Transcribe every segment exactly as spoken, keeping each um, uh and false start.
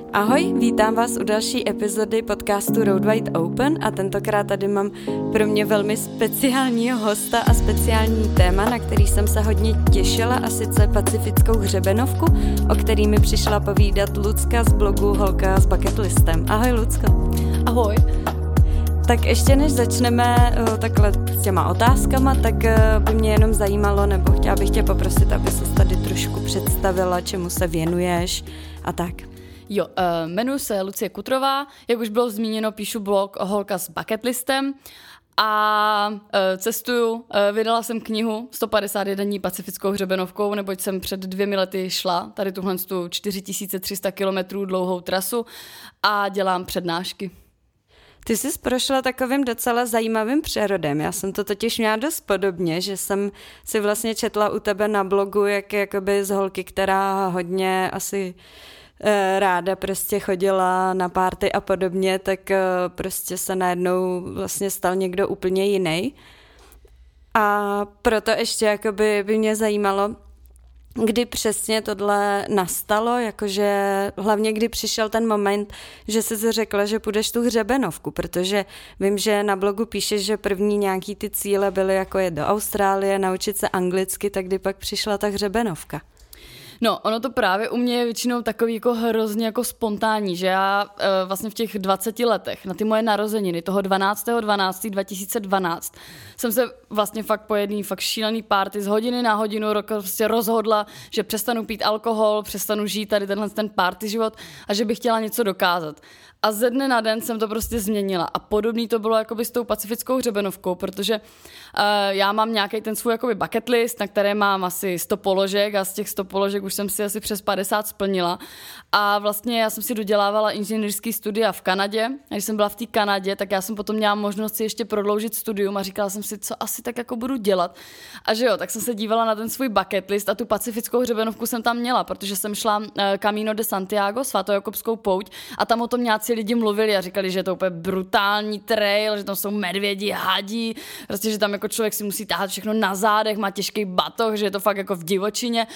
Ahoj, vítám vás u další epizody podcastu Road Wide Open a tentokrát tady mám pro mě velmi speciálního hosta a speciální téma, na který jsem se hodně těšila, a sice pacifickou hřebenovku, o který mi přišla povídat Lucka z blogu Holka s bucket listem. Ahoj Lucko. Ahoj. Tak ještě než začneme uh, takhle s těma otázkama, tak uh, by mě jenom zajímalo, nebo chtěla bych tě poprosit, aby ses tady trošku představila, čemu se věnuješ a tak. Jo, uh, jmenuji se Lucie Kutrová, jak už bylo zmíněno, píšu blog Holka s bucket listem a uh, cestuju. Uh, vydala jsem knihu sto padesát jedna dní pacifickou hřebenovkou, neboť jsem před dvěmi lety šla tady tuhle čtyři tisíce tři sta kilometrů dlouhou trasu a dělám přednášky. Ty jsi prošla takovým docela zajímavým přerodem. Já jsem to totiž měla dost podobně, že jsem si vlastně četla u tebe na blogu, jak jakoby z holky, která hodně asi e, ráda prostě chodila na párty a podobně, tak e, prostě se najednou vlastně stal někdo úplně jiný. A proto ještě jakoby by mě zajímalo, kdy přesně tohle nastalo, jakože hlavně kdy přišel ten moment, že jsi si řekla, že půjdeš tu hřebenovku, protože vím, že na blogu píšeš, že první nějaký ty cíle byly jako jet do Austrálie, naučit se anglicky, tak kdy pak přišla ta hřebenovka? No, ono to právě u mě je většinou takový jako hrozně jako spontánní, že já e, vlastně v těch dvaceti letech na ty moje narozeniny, toho dvanáctého dvanáctého dva tisíce dvanáct, jsem se vlastně fakt po jedný fakt šílený party z hodiny na hodinu prostě rozhodla, že přestanu pít alkohol, přestanu žít tady tenhle ten party život a že bych chtěla něco dokázat. A ze dne na den jsem to prostě změnila. A podobný to bylo jakoby s tou pacifickou hřebenovkou, protože uh, já mám nějaký ten svůj jakoby bucket list, na které mám asi sto položek a z těch sto položek už jsem si asi přes padesát splnila. A vlastně já jsem si dodělávala inženýrský studia v Kanadě. A když jsem byla v té Kanadě, tak já jsem potom měla možnost si ještě prodloužit studium a říkala jsem si, co asi tak jako budu dělat. A že jo, tak jsem se dívala na ten svůj bucket list a tu pacifickou hřebenovku jsem tam měla, protože jsem šla uh, Camino de Santiago, svatojakobskou pouť, a tam o tom nějací lidi mluvili a říkali, že je to úplně brutální trail, že tam jsou medvědi, hadí, prostě, že tam jako člověk si musí táhat všechno na zádech, má těžký batoh, že je to fakt jako v divočině.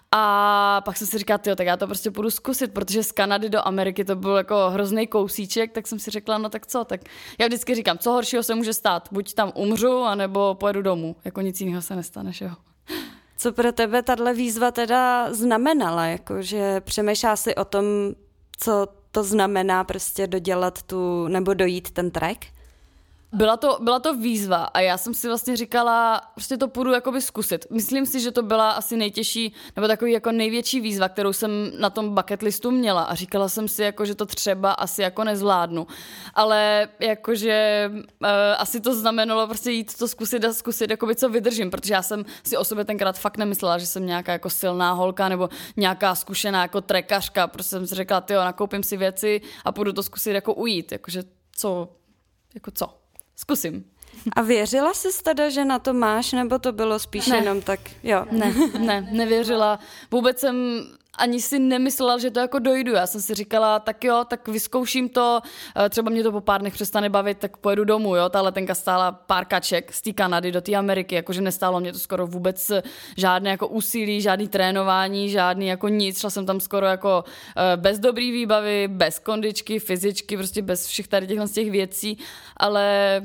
A pak jsem si říkala, tyjo, tak já to prostě půjdu zkusit, protože z Kanady do Ameriky to byl jako hrozný kousíček, tak jsem si řekla, no tak co, tak já vždycky říkám, co horšího se může stát, buď tam umřu, anebo pojedu domů, jako nic jiného se nestane, že jo. Co pro tebe tahle výzva teda znamenala, jakože přemýšlá si o tom, co to znamená prostě dodělat tu, nebo dojít ten trek? Byla to, byla to výzva a já jsem si vlastně říkala, prostě to půjdu jakoby zkusit. Myslím si, že to byla asi nejtěžší, nebo takový jako největší výzva, kterou jsem na tom bucket listu měla a říkala jsem si, jako, že to třeba asi jako nezvládnu. Ale jakože uh, asi to znamenalo prostě jít to zkusit a zkusit, jakoby co vydržím, protože já jsem si o sobě tenkrát fakt nemyslela, že jsem nějaká jako silná holka nebo nějaká zkušená jako trekařka. Prostě jsem si řekla, tyjo, nakoupím si věci a půjdu to zkusit jako ujít, jakože co, jako co. Zkusím. A věřila jsi teda, že na to máš, nebo to bylo spíš ne. jenom tak, jo? Ne, ne, nevěřila. Vůbec jsem ani si nemyslela, že to jako dojdu. Já jsem si říkala, tak jo, tak vyzkouším to, třeba mě to po pár dnech přestane bavit, tak pojedu domů, jo. Ta letenka stála pár kaček z té Kanady do té Ameriky, jakože nestálo mě to skoro vůbec žádné jako úsilí, žádný trénování, žádný jako nic. Šla jsem tam skoro jako bez dobrý výbavy, bez kondičky, fyzičky, prostě bez všech tady těchhle z těch věcí, ale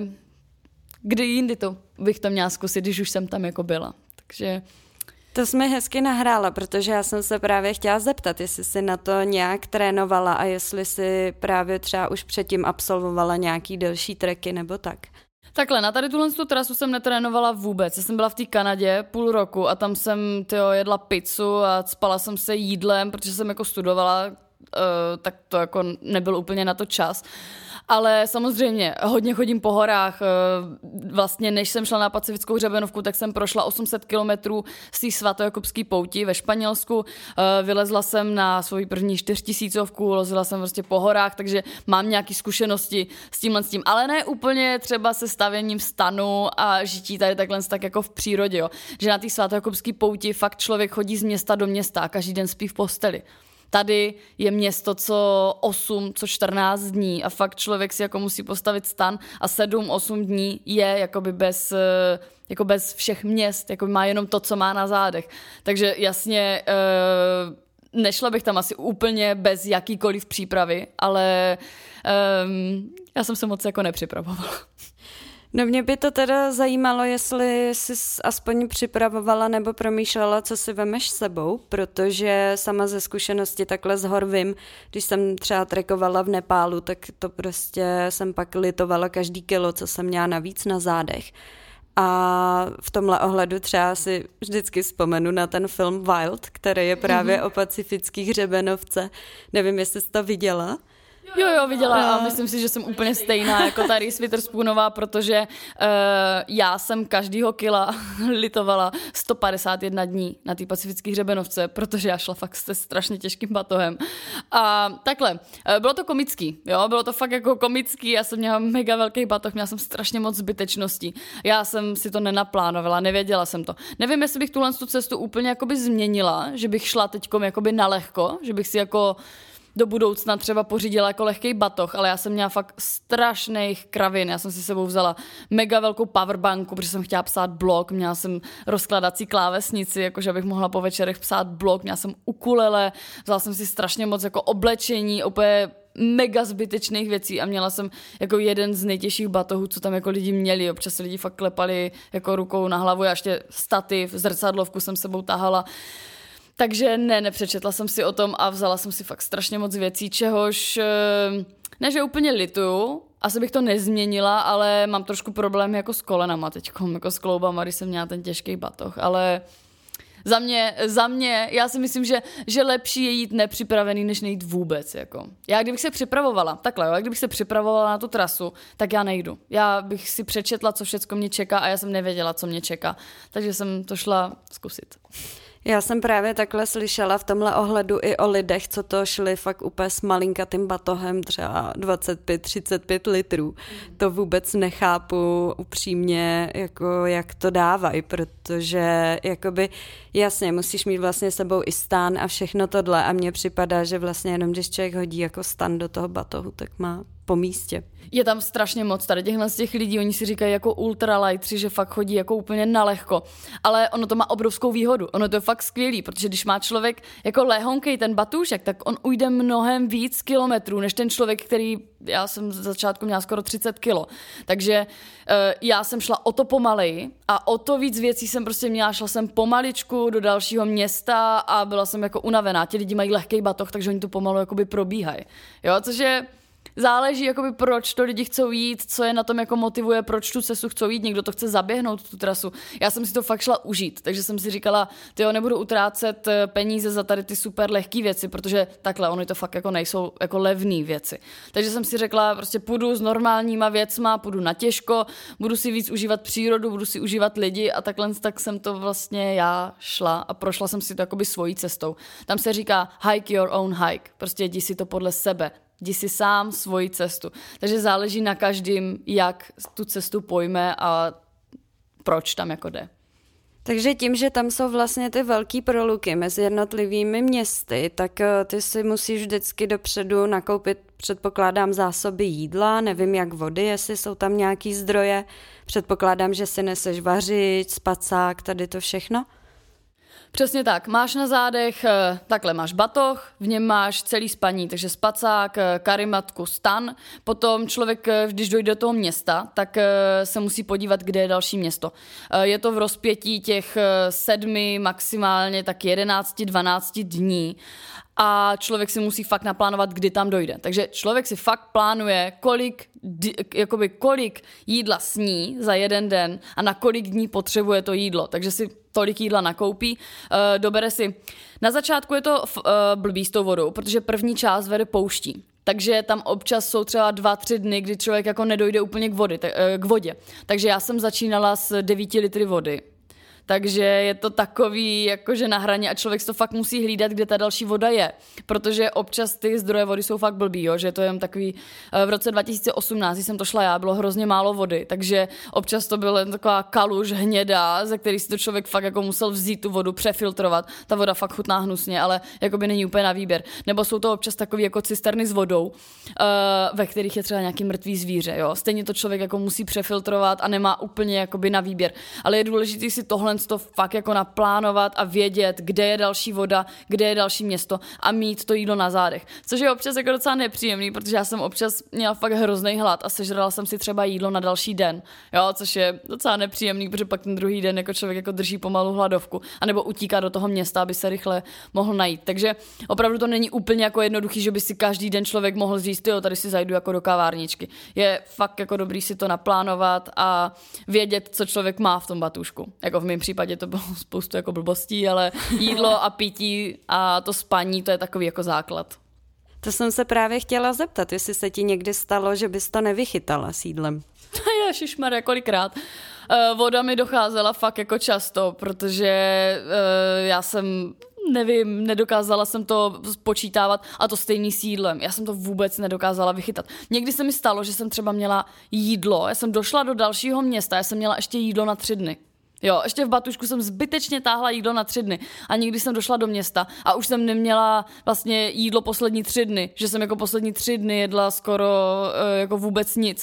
kdy jindy to bych to měla zkusit, když už jsem tam jako byla. Takže to jsi mi hezky nahrála, protože já jsem se právě chtěla zeptat, jestli jsi na to nějak trénovala a jestli jsi právě třeba už předtím absolvovala nějaký delší treky nebo tak. Takhle, na tady tuhle tu trasu jsem netrénovala vůbec. Já jsem byla v té Kanadě půl roku a tam jsem tyjo, jedla pizzu a spala jsem se jídlem, protože jsem jako studovala, uh, tak to jako nebyl úplně na to čas. Ale samozřejmě hodně chodím po horách. Vlastně než jsem šla na pacifickou hřebenovku, tak jsem prošla osm set kilometrů z té svatojakobské pouti ve Španělsku. Vylezla jsem na svoji první čtyřtisícovku, lozila jsem prostě po horách, takže mám nějaké zkušenosti s tímhle s tím. Ale ne úplně třeba se stavěním stanu a žití tady takhle tak jako v přírodě. Jo. Že na té svatojakobské pouti fakt člověk chodí z města do města a každý den spí v posteli. Tady je město co osm, co čtrnáct dní a fakt člověk si jako musí postavit stan a sedm, osm dní je jakoby bez, jako bez všech měst, jako má jenom to, co má na zádech. Takže jasně nešla bych tam asi úplně bez jakýkoliv přípravy, ale um, já jsem se moc jako nepřipravovala. No mě by to teda zajímalo, jestli jsi aspoň připravovala nebo promýšlela, co si vemeš s sebou, protože sama ze zkušenosti takhle z hor vím, když jsem třeba trekovala v Nepálu, tak to prostě jsem pak litovala každý kilo, co jsem měla navíc na zádech. A v tomhle ohledu třeba si vždycky vzpomenu na ten film Wild, který je právě mm-hmm. o pacifických hřebenovce. Nevím, jestli jsi to viděla. Jo, jo, viděla a myslím si, že jsem úplně stejná jako ta Reese Witherspoonová, protože uh, já jsem každýho kila litovala sto padesát jedna dní na té pacifické hřebenovce, protože já šla fakt se strašně těžkým batohem. A takhle, uh, bylo to komický, jo, bylo to fakt jako komický, já jsem měla mega velký batoh, měla jsem strašně moc zbytečností. Já jsem si to nenaplánovala, nevěděla jsem to. Nevím, jestli bych tuhle tu cestu úplně jakoby změnila, že bych šla teďkom jakoby na lehko, že bych si jako do budoucna třeba pořídila jako lehkej batoh, ale já jsem měla fakt strašných kravin. Já jsem si sebou vzala mega velkou powerbanku, protože jsem chtěla psát blog, měla jsem rozkladací klávesnici, jakože abych mohla po večerech psát blog, měla jsem ukulele, vzala jsem si strašně moc jako oblečení, úplně mega zbytečných věcí a měla jsem jako jeden z nejtěžších batohů, co tam jako lidi měli. Občas lidi fakt klepali jako rukou na hlavu, já ještě stativ, zrcadlovku jsem sebou tahala. Takže ne, nepřečetla jsem si o tom a vzala jsem si fakt strašně moc věcí, čehož ne, že úplně lituju, asi bych to nezměnila, ale mám trošku problém jako s kolenama teďkom, jako s kloubama, když jsem měla ten těžký batoh, ale za mě, za mě, já si myslím, že, že lepší je jít nepřipravený, než nejít vůbec, jako. Já kdybych se připravovala, takhle, jo, kdybych se připravovala na tu trasu, tak já nejdu. Já bych si přečetla, co všecko mě čeká a já jsem nevěděla, co mě čeká, takže jsem to šla zkusit. Já jsem právě takhle slyšela v tomhle ohledu i o lidech, co to šli fakt úplně s malinkatým batohem, třeba dvacet pět třicet pět litrů. To vůbec nechápu upřímně, jako jak to dávají, protože jakoby jasně, musíš mít vlastně sebou i stan a všechno tohle a mně připadá, že vlastně jenom když člověk hodí jako stan do toho batohu, tak má po místě. Je tam strašně moc tady těchhle z těch lidí, oni si říkají jako ultralightři, že fakt chodí jako úplně na lehko, ale ono to má obrovskou výhodu, ono to je fakt skvělý, protože když má člověk jako lehonkej ten batůžek, tak on ujde mnohem víc kilometrů, než ten člověk, který, já jsem z začátku měla skoro třicet kilo, takže uh, já jsem šla o to pomaleji a o to víc věcí jsem prostě měla, šla jsem pomaličku do dalšího města a byla jsem jako unavená, ti lidi mají lehkej batoh, takže oni to pomalu jakoby probíhají, jo, což je záleží, jakoby, proč to lidi chcou jít, co je na tom jako motivuje, proč tu cestu chcou jít, někdo to chce zaběhnout tu trasu. Já jsem si to fakt šla užít, takže jsem si říkala, tyjo, nebudu utrácet peníze za tady ty super lehké věci, protože takhle, ono to fakt jako nejsou jako levné věci. Takže jsem si řekla, prostě půjdu s normálníma věcma, půjdu na těžko, budu si víc užívat přírodu, budu si užívat lidi a takhle tak jsem to vlastně já šla a prošla jsem si to jakoby svojí cestou. Tam se říká hike your own hike, prostě jdi si to podle sebe. Jdi si sám svoji cestu. Takže záleží na každém, jak tu cestu pojme a proč tam jako jde. Takže tím, že tam jsou vlastně ty velký proluky mezi jednotlivými městy, tak ty si musíš vždycky dopředu nakoupit, předpokládám, zásoby jídla, nevím jak vody, jestli jsou tam nějaký zdroje. Předpokládám, že si neseš vařič, spacák, tady to všechno. Přesně tak, máš na zádech, takhle máš batoh, v něm máš celý spaní, takže spacák, karimatku, stan, potom člověk, když dojde do toho města, tak se musí podívat, kde je další město. Je to v rozpětí těch sedmi, maximálně tak jedenácti, dvanácti dní a člověk si musí fakt naplánovat, kdy tam dojde. Takže člověk si fakt plánuje, kolik, jakoby kolik jídla sní za jeden den a na kolik dní potřebuje to jídlo. Takže si tolik jídla nakoupí, dobere si. Na začátku je to blbý s tou vodou, protože první část vede pouští. Takže tam občas jsou třeba dva, tři dny, kdy člověk jako nedojde úplně k, vody, k vodě. Takže já jsem začínala s devíti litry vody. Takže je to takový jakože na hraně a člověk si to fakt musí hlídat, kde ta další voda je. Protože občas ty zdroje vody jsou fakt blbý, jo? Že to je jen takový, v roce dva tisíce osmnáct, když jsem to šla já, bylo hrozně málo vody, takže občas to byla jen taková kaluž hnědá, ze který si to člověk fakt jako musel vzít tu vodu, přefiltrovat. Ta voda fakt chutná hnusně, ale jakoby není úplně na výběr. Nebo jsou to občas takový jako cisterny s vodou, ve kterých je třeba nějaký mrtvý zvíře, jo? Stejně to člověk jako musí přefiltrovat a nemá úplně jakoby na výběr. Ale je důležité si tohle to fakt jako naplánovat a vědět, kde je další voda, kde je další město a mít to jídlo na zádech. Což je občas jako docela nepříjemný, protože já jsem občas měla fakt hrozný hlad a sežrala jsem si třeba jídlo na další den, jo, což je docela nepříjemný, protože pak ten druhý den jako člověk jako drží pomalu hladovku, anebo utíká do toho města, aby se rychle mohl najít. Takže opravdu to není úplně jako jednoduchý, že by si každý den člověk mohl říct, jo, tady si zajdu jako do kavárničky. Je fakt jako dobrý si to naplánovat a vědět, co člověk má v tom batůžku. Jako v mém případě to bylo spoustu jako blbostí, ale jídlo a pití a to spaní, to je takový jako základ. To jsem se právě chtěla zeptat, jestli se ti někdy stalo, že bys to nevychytala s jídlem. Ježišmarja, kolikrát. Uh, voda mi docházela fakt jako často, protože uh, já jsem, nevím, nedokázala jsem to spočítávat a to stejný s jídlem. Já jsem to vůbec nedokázala vychytat. Někdy se mi stalo, že jsem třeba měla jídlo, já jsem došla do dalšího města, já jsem měla ještě jídlo na tři dny. Jo, ještě v batušku jsem zbytečně táhla jídlo na tři dny a někdy jsem došla do města a už jsem neměla vlastně jídlo poslední tři dny, že jsem jako poslední tři dny jedla skoro uh, jako vůbec nic.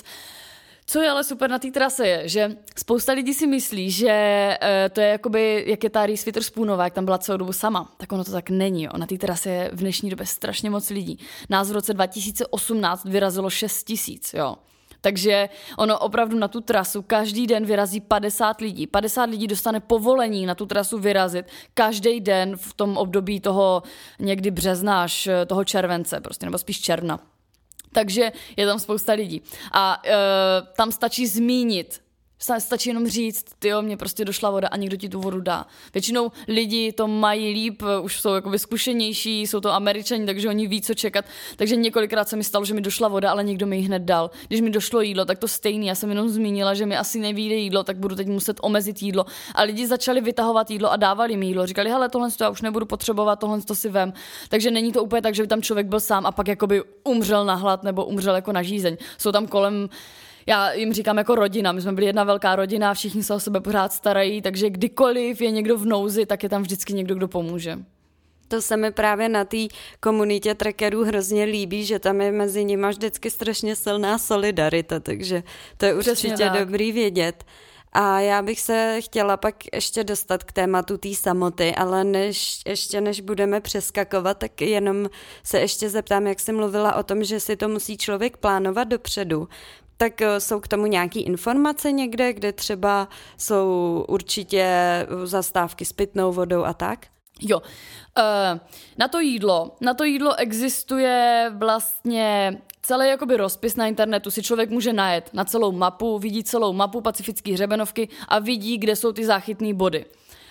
Co je ale super na té trase je, že spousta lidí si myslí, že uh, to je jakoby, jak je ta Reese Witherspoonová, jak tam byla celou dobu sama, tak ono to tak není. Jo. Na té trase je v dnešní době strašně moc lidí. Nás v roce dva tisíce osmnáct vyrazilo šest tisíc, jo. Takže ono opravdu na tu trasu každý den vyrazí padesát lidí. padesát lidí dostane povolení na tu trasu vyrazit každý den v tom období toho někdy března až toho července, prostě, nebo spíš června. Takže je tam spousta lidí. A e, tam stačí zmínit, stačí jenom říct, tyjo, mě prostě došla voda a někdo ti tu vodu dá. Většinou lidi to mají líp, už jsou jakoby zkušenější, jsou to Američani, takže oni ví, co čekat. Takže několikrát se mi stalo, že mi došla voda, ale někdo mi ji hned dal. Když mi došlo jídlo, tak to stejný. Já jsem jenom zmínila, že mi asi nevyjde jídlo, tak budu teď muset omezit jídlo. A lidi začali vytahovat jídlo a dávali mi jídlo. Říkali, hele, tohle já už nebudu potřebovat, tohle to si vem. Takže není to úplně tak, že by tam člověk byl sám a pak jakoby umřel na hlad nebo umřel jako na žízeň. Jsou tam kolem, já jim říkám jako rodina, my jsme byli jedna velká rodina, všichni se o sebe pořád starají, takže kdykoliv je někdo v nouzi, tak je tam vždycky někdo, kdo pomůže. To se mi právě na té komunitě trackerů hrozně líbí, že tam je mezi nimi vždycky strašně silná solidarita, takže to je určitě dobrý vědět. A já bych se chtěla pak ještě dostat k tématu té samoty, ale než, ještě než budeme přeskakovat, tak jenom se ještě zeptám, jak jsi mluvila o tom, že si to musí člověk plánovat dopředu. Tak jsou k tomu nějaké informace někde, kde třeba jsou určitě zastávky s pitnou vodou a tak? Jo, uh, na to jídlo, na to jídlo existuje vlastně celý jakoby rozpis na internetu, si člověk může najet na celou mapu, vidí celou mapu pacifické hřebenovky a vidí, kde jsou ty záchytné body.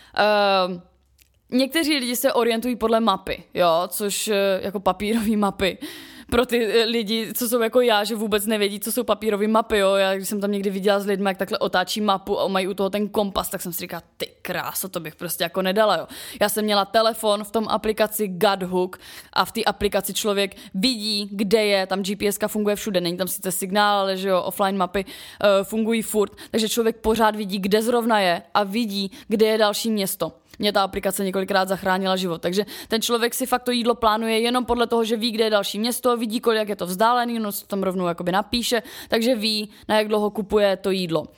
Uh, někteří lidi se orientují podle mapy, jo, což uh, jako papírové mapy. Pro ty lidi, co jsou jako já, že vůbec nevědí, co jsou papírové mapy, jo. Já když jsem tam někdy viděla s lidmi, jak takhle otáčí mapu a mají u toho ten kompas, tak jsem si říkala, ty kráso, to bych prostě jako nedala, jo. Já jsem měla telefon v tom aplikaci Godhook a v té aplikaci člověk vidí, kde je, tam G P S ka funguje všude, není tam sice signál, ale že jo, offline mapy uh, fungují furt, takže člověk pořád vidí, kde zrovna je a vidí, kde je další město. Mě ta aplikace několikrát zachránila život, takže ten člověk si fakt to jídlo plánuje jenom podle toho, že ví, kde je další město, vidí, kolik jak je to vzdálený, no to tam rovnou jakoby napíše, takže ví, na jak dlouho kupuje to jídlo. Uh,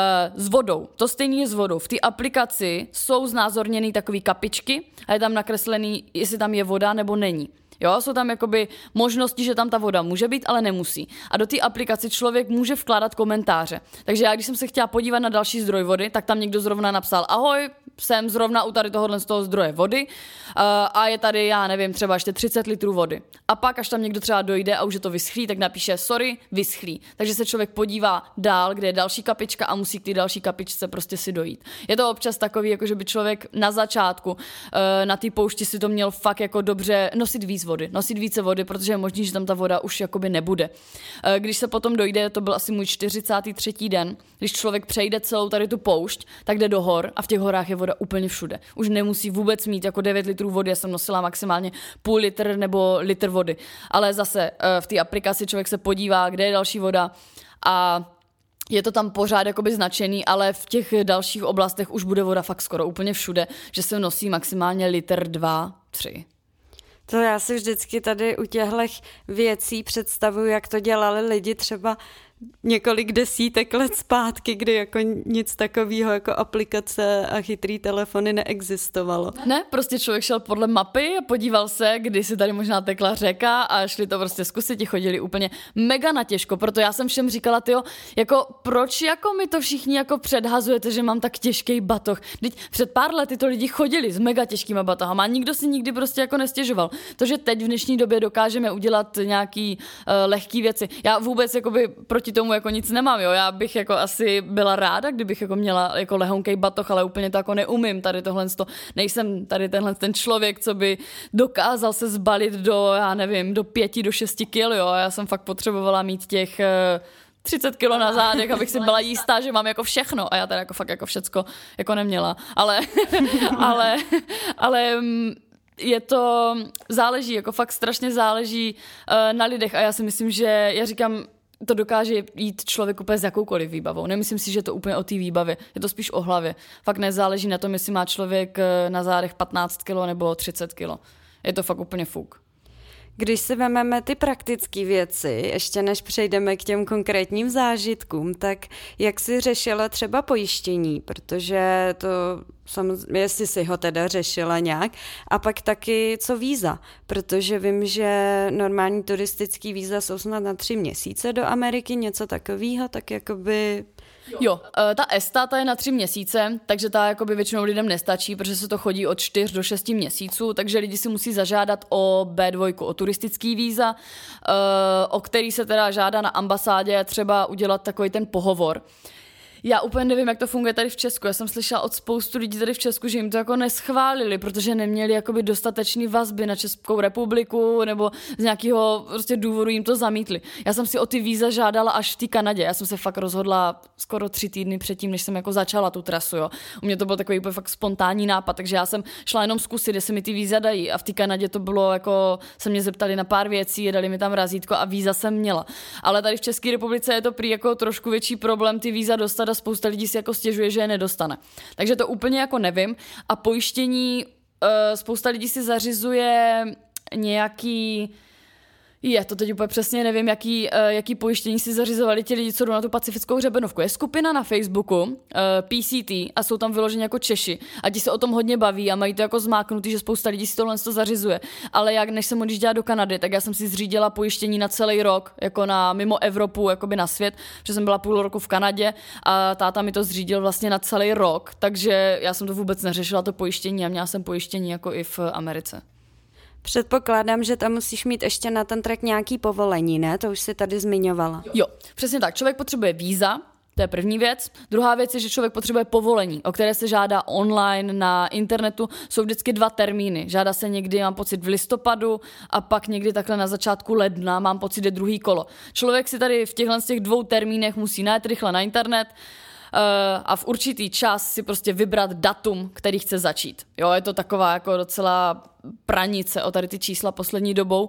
s vodou, to stejně je s vodou. V té aplikaci jsou znázorněný takový kapičky a je tam nakreslený, jestli tam je voda nebo není. Jo, jsou tam jakoby možnosti, že tam ta voda může být, ale nemusí. A do té aplikace člověk může vkládat komentáře. Takže já, když jsem se chtěla podívat na další zdroj vody, tak tam někdo zrovna napsal, ahoj, jsem zrovna u tady tohohle z toho zdroje vody uh, a je tady, já nevím, třeba ještě třicet litrů vody. A pak, až tam někdo třeba dojde a už je to vyschlý, tak napíše, sorry, vyschlý. Takže se člověk podívá dál, kde je další kapička a musí k té další kapičce prostě si dojít. Je to občas takový, jako že by člověk na začátku uh, na té poušti si to měl fakt jako dobře nosit víc vody, nosit více vody, protože je možný, že tam ta voda už jakoby nebude. Uh, když se potom dojde, to byl asi můj čtyřicátý třetí den, když člověk přejde celou tady tu poušť, tak jde do hor a v těch horách je voda úplně všude. Už nemusí vůbec mít jako devět litrů vody, já jsem nosila maximálně půl litr nebo litr vody. Ale zase v té aplikaci člověk se podívá, kde je další voda a je to tam pořád jakoby značený, ale v těch dalších oblastech už bude voda fakt skoro úplně všude, že se nosí maximálně litr, dva, tři. To já si vždycky tady u těchto věcí představuju, jak to dělali lidi třeba několik desítek let zpátky, kdy jako nic takového jako aplikace a chytrý telefony neexistovalo. Ne, prostě člověk šel podle mapy a podíval se, kdy si tady možná tekla řeka a šli to prostě zkusit, ti chodili úplně mega natěžko, proto já jsem všem říkala, tyjo, jako proč jako mi to všichni jako předhazujete, že mám tak těžký batoh. Vždyť před pár lety to lidi chodili s mega těžkýma batohama a nikdo si nikdy prostě jako nestěžoval. To, že teď v dnešní době dokážeme udělat nějaký uh, lehký věci. Já vůbec jakoby proti tomu jako nic nemám, jo. Já bych jako asi byla ráda, kdybych jako měla jako lehonkej batoh, ale úplně to jako neumím. Tady tohle to, nejsem tady tenhle ten člověk, co by dokázal se zbalit do, já nevím, do pěti, do šesti kil, jo. Já jsem fakt potřebovala mít těch uh, třicet kilo na zádech, abych si byla jistá, že mám jako všechno a já tady jako fakt jako všecko jako neměla, ale ale, ale je to, záleží, jako fakt strašně záleží uh, na lidech a já si myslím, že já říkám, to dokáže jít člověk úplně s jakoukoliv výbavou. Nemyslím si, že je to úplně o té výbavě, je to spíš o hlavě. Fakt nezáleží na tom, jestli má člověk na zádech patnáct kilo nebo třicet kilo. Je to fakt úplně fuk. Když si vezmeme ty praktické věci, ještě než přejdeme k těm konkrétním zážitkům, tak jak jsi řešila třeba pojištění, protože to samozřejmě, jestli si ho teda řešila nějak, a pak taky co víza, protože vím, že normální turistický víza jsou snad na tři měsíce do Ameriky, něco takového, tak jakoby... Jo, ta ESTA, ta je na tři měsíce, takže ta jakoby většinou lidem nestačí, protože se to chodí od čtyř do šesti měsíců, takže lidi si musí zažádat o bé dva, o turistický víza, o který se teda žádá na ambasádě třeba udělat takový ten pohovor. Já úplně nevím, jak to funguje tady v Česku. Já jsem slyšela od spoustu lidí tady v Česku, že jim to jako neschválili, protože neměli jakoby dostatečný vazby na Českou republiku nebo z nějakého prostě důvodu jim to zamítli. Já jsem si o ty víza žádala až v té Kanadě. Já jsem se fakt rozhodla skoro tři týdny předtím, než jsem jako začala tu trasu. Jo. U mě to byl takový úplně fakt spontánní nápad, takže já jsem šla jenom zkusit, jestli mi ty víza dají. A v té Kanadě to bylo jako, se mě zeptali na pár věcí, dali mi tam razítko a víza jsem měla. Ale tady v České republice je to prý jako trošku větší problém ty víza dostat a spousta lidí si jako stěžuje, že je nedostane. Takže to úplně jako nevím. A pojištění, spousta lidí si zařizuje nějaký... Je, to teď úplně přesně nevím, jaký, jaký pojištění si zařizovali ti lidi, co jdou na tu pacifickou hřebenovku. Je skupina na Facebooku, uh, P C T, a jsou tam vyloženi jako Češi. A ti se o tom hodně baví a mají to jako zmáknutý, že spousta lidí si tohle to zařizuje. Ale jak než jsem odjížděla do Kanady, tak já jsem si zřídila pojištění na celý rok, jako na mimo Evropu, jakoby na svět, protože jsem byla půl roku v Kanadě a táta mi to zřídil vlastně na celý rok, takže já jsem to vůbec neřešila, to pojištění, a měla jsem pojištění jako i v Americe. Předpokládám, že tam musíš mít ještě na ten trek nějaký povolení, ne? To už si tady zmiňovala. Jo, přesně tak. Člověk potřebuje víza, to je první věc. Druhá věc je, že člověk potřebuje povolení, o které se žádá online na internetu. Jsou vždycky dva termíny. Žádá se někdy, mám pocit, v listopadu a pak někdy takhle na začátku ledna, mám pocit, je druhý kolo. Člověk si tady v těchto těch dvou termínech musí najet rychle na internet a v určitý čas si prostě vybrat datum, který chce začít. Jo, je to taková jako docela pranice o tady ty čísla poslední dobou,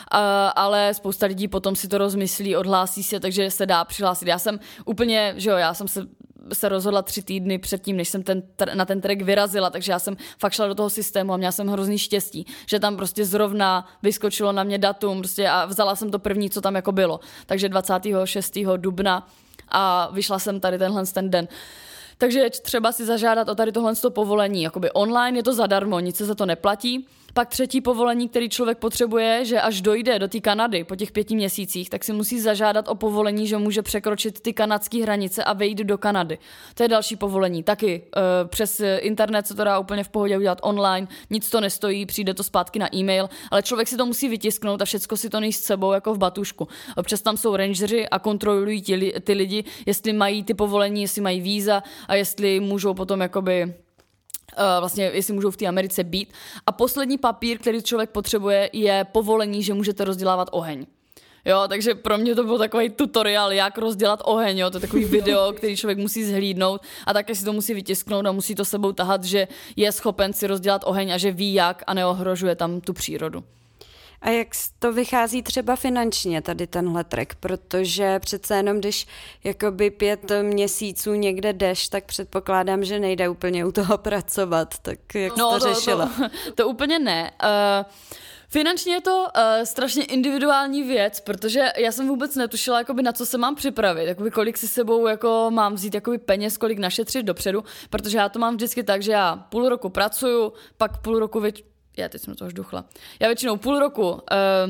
ale spousta lidí potom si to rozmyslí, odhlásí se, takže se dá přihlásit. Já jsem úplně, že jo, já jsem se se rozhodla tři týdny předtím, než jsem ten, na ten trek vyrazila, takže já jsem fakt šla do toho systému a měla jsem hrozný štěstí, že tam prostě zrovna vyskočilo na mě datum prostě a vzala jsem to první, co tam jako bylo. Takže dvacátého šestého dubna a vyšla jsem tady tenhle ten den. Takže třeba si zažádat o tady tohle povolení. Jakoby online je to zadarmo, nic se za to neplatí. Pak třetí povolení, který člověk potřebuje, že až dojde do té Kanady po těch pěti měsících, tak si musí zažádat o povolení, že může překročit ty kanadské hranice a vejít do Kanady. To je další povolení. Taky e, přes internet se to dá úplně v pohodě udělat online, nic to nestojí, přijde to zpátky na e-mail, ale člověk si to musí vytisknout a všecko si to nést s sebou jako v batušku. Občas tam jsou rangeři a kontrolují ti, ty lidi, jestli mají ty povolení, jestli mají víza a jestli můžou potom jakoby Uh, vlastně, jestli můžou v té Americe být. A poslední papír, který člověk potřebuje, je povolení, že můžete rozdělávat oheň. Jo, takže pro mě to byl takový tutoriál, jak rozdělat oheň, jo, to je takový video, který člověk musí zhlídnout a také si to musí vytisknout a musí to sebou tahat, že je schopen si rozdělat oheň a že ví jak a neohrožuje tam tu přírodu. A jak to vychází třeba finančně tady tenhle trek, protože přece jenom když jakoby pět měsíců někde jdeš, tak předpokládám, že nejde úplně u toho pracovat, tak jak no, to to řešila? To, to, to úplně ne. Uh, Finančně je to uh, strašně individuální věc, protože já jsem vůbec netušila, jakoby, na co se mám připravit, jakoby, kolik si sebou jako, mám vzít jakoby, peněz, kolik našetřit dopředu, protože já to mám vždycky tak, že já půl roku pracuju, pak půl roku, věč... já teď jsem to už duchla, já většinou půl roku uh, uh,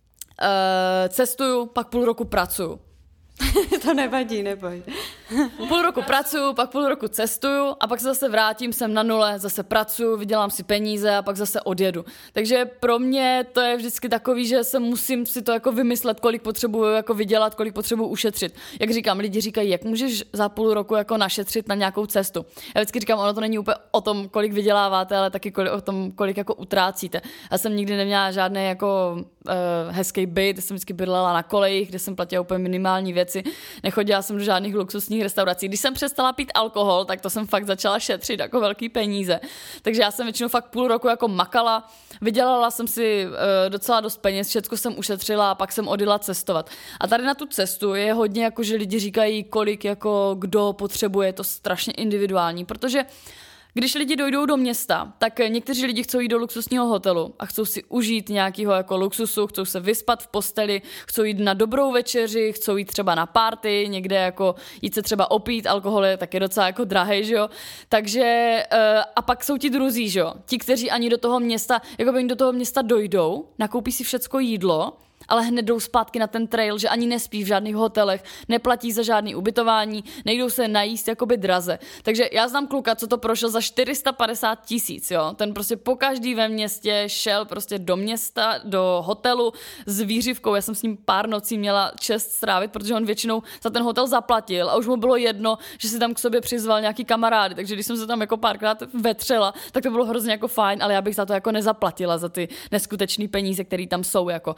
cestuju, pak půl roku pracuju. To nevadí, neboj. Půl roku pracuju, pak půl roku cestuju a pak se zase vrátím, jsem na nule, zase pracuju, vydělám si peníze a pak zase odjedu. Takže pro mě to je vždycky takový, že se musím si to jako vymyslet, kolik potřebuju jako vydělat, kolik potřebuju ušetřit. Jak říkám, lidi říkají, jak můžeš za půl roku jako našetřit na nějakou cestu. Já vždycky říkám, ono to není úplně o tom, kolik vyděláváte, ale taky kolik, o tom, kolik jako utrácíte. Já jsem nikdy neměla žádný jako uh, hezký byt, jsem vždycky bydlela na kolejích, kde jsem platila úplně minimální věci. Nechodila jsem do žádných luxusních restaurací. Když jsem přestala pít alkohol, tak to jsem fakt začala šetřit jako velký peníze. Takže já jsem většinou fakt půl roku jako makala, vydělala jsem si uh, docela dost peněz, všechno jsem ušetřila a pak jsem odjela cestovat. A tady na tu cestu je hodně jako, že lidi říkají, kolik jako kdo potřebuje, je to strašně individuální, protože když lidi dojdou do města, tak někteří lidi chcou jít do luxusního hotelu a chcou si užít nějakého jako luxusu, chcou se vyspat v posteli, chcou jít na dobrou večeři, chcou jít třeba na party, někde jako jít se třeba opít, alkohol je taky docela jako drahej, že jo. Takže a pak jsou ti druzí, že jo. Ti, kteří ani do toho města, jako by do toho města dojdou, nakoupí si všecko jídlo, ale hned jdou zpátky na ten trail, že ani nespí v žádných hotelech, neplatí za žádný ubytování, nejdou se najíst jakoby draze. Takže já znám kluka, co to prošel za čtyři sta padesát tisíc, jo. Ten prostě pokaždý ve městě šel prostě do města, do hotelu s výřivkou. Já jsem s ním pár nocí měla čest strávit, protože on většinou za ten hotel zaplatil a už mu bylo jedno, že si tam k sobě přizval nějaký kamarády. Takže když jsem se tam jako párkrát vetřela, tak to bylo hrozně jako fajn, ale já bych za to jako nezaplatila, za ty neskutečné peníze, které tam jsou jako.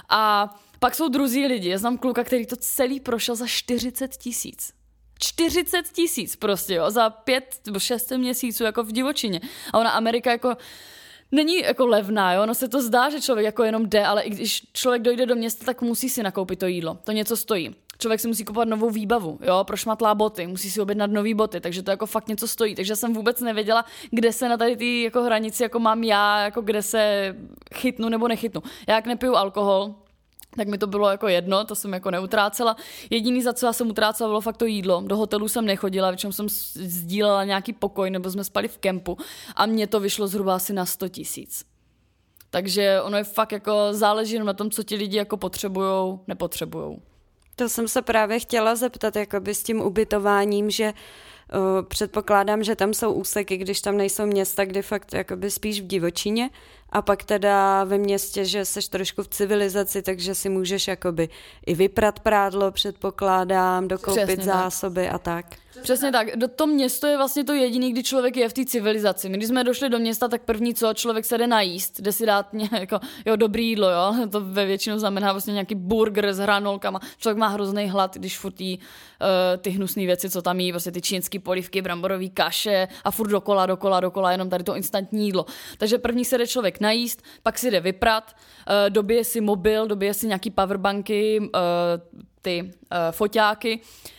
A pak jsou druzí lidi. Já znám kluka, který to celý prošel za čtyřicet tisíc. čtyřicet tisíc prostě, jo, za pět nebo šest měsíců jako v divočině. A ona Amerika jako není jako levná, jo, ono se to zdá, že člověk jako jenom jde, ale i když člověk dojde do města, tak musí si nakoupit to jídlo. To něco stojí. Člověk si musí kupovat novou výbavu, jo, prošmatlá boty, musí si objednat nový boty, takže to jako fakt něco stojí. Takže jsem vůbec nevěděla, kde se na tady ty jako hranici jako mám já, jako kde se chytnu nebo nechytnu. Já jak nepiju alkohol, tak mi to bylo jako jedno, to jsem jako neutrácela. Jediný, za co já jsem utrácela, bylo fakt to jídlo. Do hotelu jsem nechodila, většinou jsem sdílela nějaký pokoj, nebo jsme spali v kempu a mně to vyšlo zhruba asi na sto tisíc. Takže ono je fakt jako záleží na tom, co ti lidi jako potřebujou, nepotřebujou. To jsem se právě chtěla zeptat, jakoby s tím ubytováním, že uh, předpokládám, že tam jsou úseky, když tam nejsou města, kdy fakt jakoby spíš v divočině a pak teda ve městě, že seš trošku v civilizaci, takže si můžeš jakoby i vyprat prádlo, předpokládám, dokoupit Přesně zásoby tak. a tak. Přesně tak. Do to město je vlastně to jediný, kdy člověk je v té civilizaci. My když jsme došli do města, tak první co, člověk se jde najíst, jde si dát jako, jo, dobrý jídlo, jo. To ve většinou znamená vlastně nějaký burger s hranolkama. Člověk má hrozný hlad, když furt jí, uh, ty hnusné věci, co tam jí, prostě ty čínský polívky, bramborový kaše a furt dokola, dokola, dokola, jenom tady to instantní jídlo. Takže první se jde člověk najíst, pak si jde vyprat, uh, dobije si mobil, dobije si nějaký powerbanky, uh, ty uh, foťáky,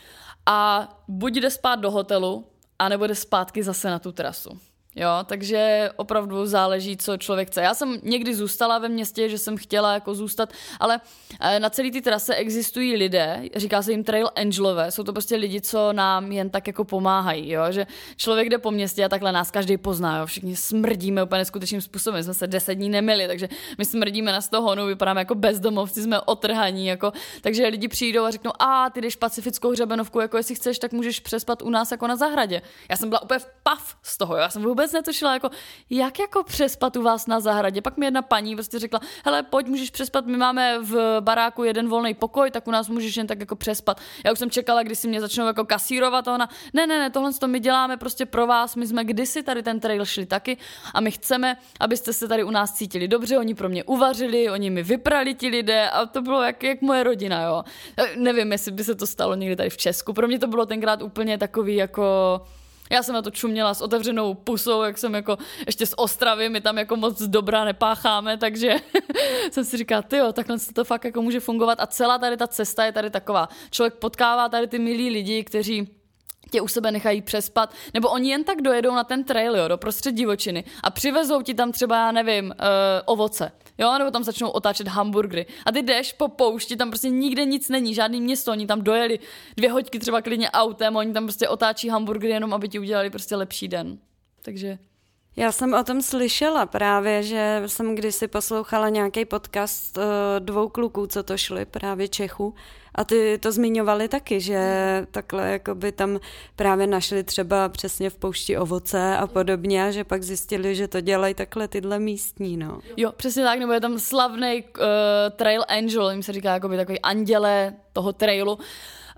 a buď jde spát do hotelu, anebo jde zpátky zase na tu trasu. Jo, takže opravdu záleží, co člověk chce. Já jsem někdy zůstala ve městě, že jsem chtěla jako zůstat, ale na celé té trase existují lidé, říká se jim trail angelové, jsou to prostě lidi, co nám jen tak jako pomáhají, jo, že člověk jde po městě a takhle nás každý pozná, jo, všichni smrdíme úplně neskutečným způsobem, jsme se deset dní nemili, takže my smrdíme na sto honu, vypadáme jako bezdomovci, jsme otrhaní, jako, takže lidi přijdou a řeknou, a ty jdeš pacifickou hřebenovku, jako jestli chceš, tak můžeš přespat u nás jako na zahradě. Já jsem byla úplně v pav z toho, jo, já jsem vůbec netušila, jako, jak jako přespat u vás na zahradě. Pak mi jedna paní prostě řekla, hele, pojď, můžeš přespat, my máme v baráku jeden volný pokoj, tak u nás můžeš jen tak jako přespat. Já už jsem čekala, když si mě začnou jako kasírovat a ona, ne, ne, ne, tohle to my děláme prostě pro vás, my jsme kdysi tady ten trail šli taky a my chceme, abyste se tady u nás cítili dobře, oni pro mě uvařili, oni mi vyprali ti lidé a to bylo jak, jak moje rodina, jo. Nevím, jestli by se to stalo někdy tady v Česku. Pro mě to bylo tenkrát úplně takový jako já jsem na to čuměla s otevřenou pusou, jak jsem jako ještě z Ostravy, my tam jako moc dobrá nepácháme, takže jsem si říkala, tyjo, takhle to fakt jako může fungovat a celá tady ta cesta je tady taková. Člověk potkává tady ty milí lidi, kteří tě u sebe nechají přespat, nebo oni jen tak dojedou na ten trail, jo, do prostřed divočiny a přivezou ti tam třeba, já nevím, uh, ovoce, jo, nebo tam začnou otáčet hamburgery a ty jdeš po poušti, tam prostě nikde nic není, žádný město, oni tam dojeli dvě hoďky třeba klidně autem, oni tam prostě otáčí hamburgery jenom, aby ti udělali prostě lepší den, takže... Já jsem o tom slyšela právě, že jsem kdysi poslouchala nějaký podcast uh, dvou kluků, co to šli, právě Čechů, a ty to zmiňovali taky, že takhle jakoby tam právě našli třeba přesně v poušti ovoce a podobně, a že pak zjistili, že to dělají takhle tyhle místní, no. Jo, přesně tak, nebo je tam slavný uh, trail angel, jim se říká jakoby takový anděle toho trailu, uh,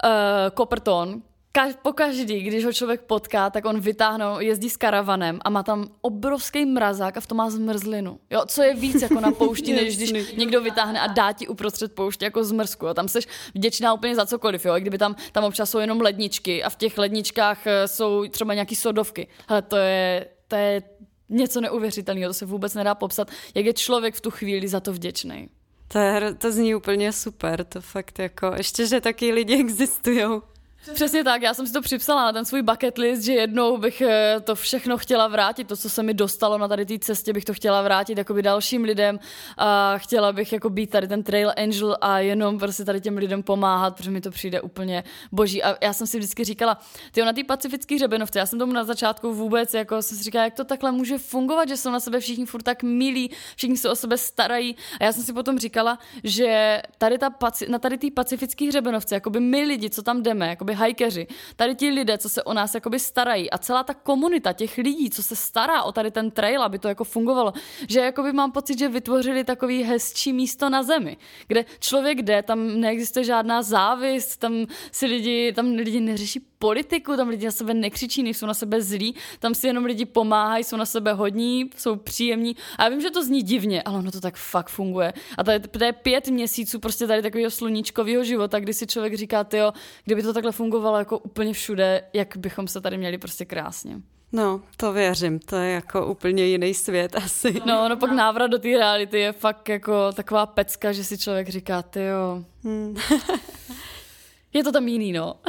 Copperton. Kaž, pokaždý, když ho člověk potká, tak on vytáhne, jezdí s karavanem a má tam obrovský mrazák a v tom má zmrzlinu. Jo, co je víc jako na poušti, než když někdo vytáhne a dá ti uprostřed pouště jako zmrzku. Jo. Tam jsi vděčná úplně za cokoliv, jo. I kdyby tam, tam občas jsou jenom ledničky a v těch ledničkách jsou třeba nějaký sodovky. Hele, to je, to je něco neuvěřitelného, to se vůbec nedá popsat, jak je člověk v tu chvíli za to vděčný. To, je, to zní úplně super, to fakt jako, ještě, že taky lidi existujou. Přesně tak, já jsem si to připsala na ten svůj bucket list, že jednou bych to všechno chtěla vrátit, to, co se mi dostalo na tady té cestě, bych to chtěla vrátit jakoby dalším lidem a chtěla bych jako být tady ten trail angel a jenom prostě tady těm lidem pomáhat, protože mi to přijde úplně boží. A já jsem si vždycky říkala, tyjo, na té pacifické hřebenovce, já jsem tomu na začátku vůbec, jako jsem si říkala, jak to takhle může fungovat, že jsou na sebe všichni furt tak milí, všichni se o sebe starají. A já jsem si potom říkala, že tady ta, na tady té pacifické hřebenovce, jakoby my lidi, co tam jdeme, jakoby hajkeři, tady ti lidé, co se o nás jakoby starají a celá ta komunita těch lidí, co se stará o tady ten trail, aby to jako fungovalo, že jakoby mám pocit, že vytvořili takový hezčí místo na zemi, kde člověk jde, tam neexistuje žádná závist, tam si lidi, tam lidi neřeší politiku, tam lidi na sebe nekřičí, nejsou na sebe zlí, tam si jenom lidi pomáhají, jsou na sebe hodní, jsou příjemní. A já vím, že to zní divně, ale ono to tak fakt funguje. A tady to je pět měsíců prostě tady takového sluníčkového života, kdy si člověk říká, tyjo, kdyby to takhle fungovalo jako úplně všude, jak bychom se tady měli prostě krásně. No, to věřím, to je jako úplně jiný svět asi. No, no pak návrat do té reality je fakt jako taková pecka, že si člověk říká, tyjo, hmm. je to tam jiný, no.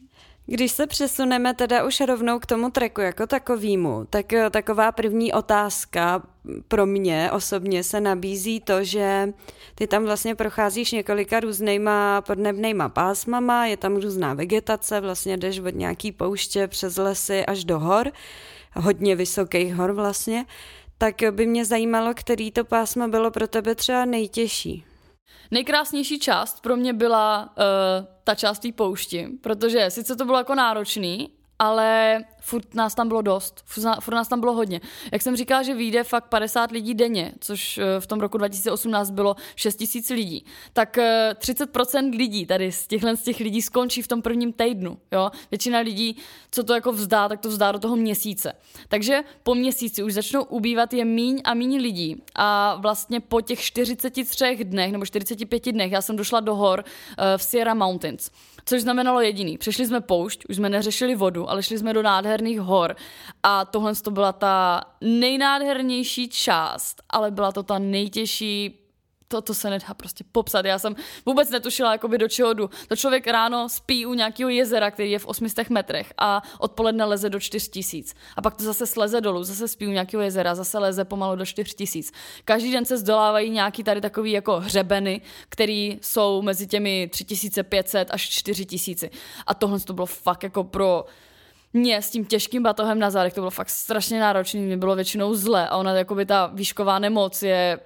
Když se přesuneme teda už rovnou k tomu treku jako takovýmu, tak taková první otázka pro mě osobně se nabízí to, že ty tam vlastně procházíš několika různýma podnebnejma pásmama, je tam různá vegetace, vlastně jdeš od nějaký pouště přes lesy až do hor, hodně vysokých hor vlastně, tak by mě zajímalo, který to pásmo bylo pro tebe třeba nejtěžší. Nejkrásnější část pro mě byla uh, ta část té poušti, protože sice to bylo jako náročný, ale furt nás tam bylo dost, furt nás tam bylo hodně. Jak jsem říkala, že vyjde fakt padesát lidí denně, což v tom roku dva tisíce osmnáct bylo šest tisíc lidí, tak třicet procent lidí tady z těchhle z těch lidí skončí v tom prvním týdnu. Jo? Většina lidí, co to jako vzdá, tak to vzdá do toho měsíce. Takže po měsíci už začnou ubývat je míň a míň lidí a vlastně po těch čtyřiceti třech dnech nebo čtyřiceti pěti dnech já jsem došla do hor v Sierra Mountains, což znamenalo jediný. Přešli jsme poušť, už jsme neřešili vodu, ale šli jsme do nádherných hor a tohle to byla ta nejnádhernější část, ale byla to ta nejtěžší, to, to se nedá prostě popsat. Já jsem vůbec netušila, jakoby do čeho jdu. To člověk ráno spí u nějakého jezera, který je v osmi stech metrech a odpoledne leze do čtyř tisíc. A pak to zase sleze dolů, zase spí u nějakého jezera, zase leze pomalu do čtyř tisíc. Každý den se zdolávají nějaký tady takový jako hřebeny, který jsou mezi těmi tři tisíce pět set až čtyři tisíce. A tohle to bylo fakt jako pro mě s tím těžkým batohem na zádech, to bylo fakt strašně náročné, mě bylo většinou zle a ona jakoby ta výšková nemoc je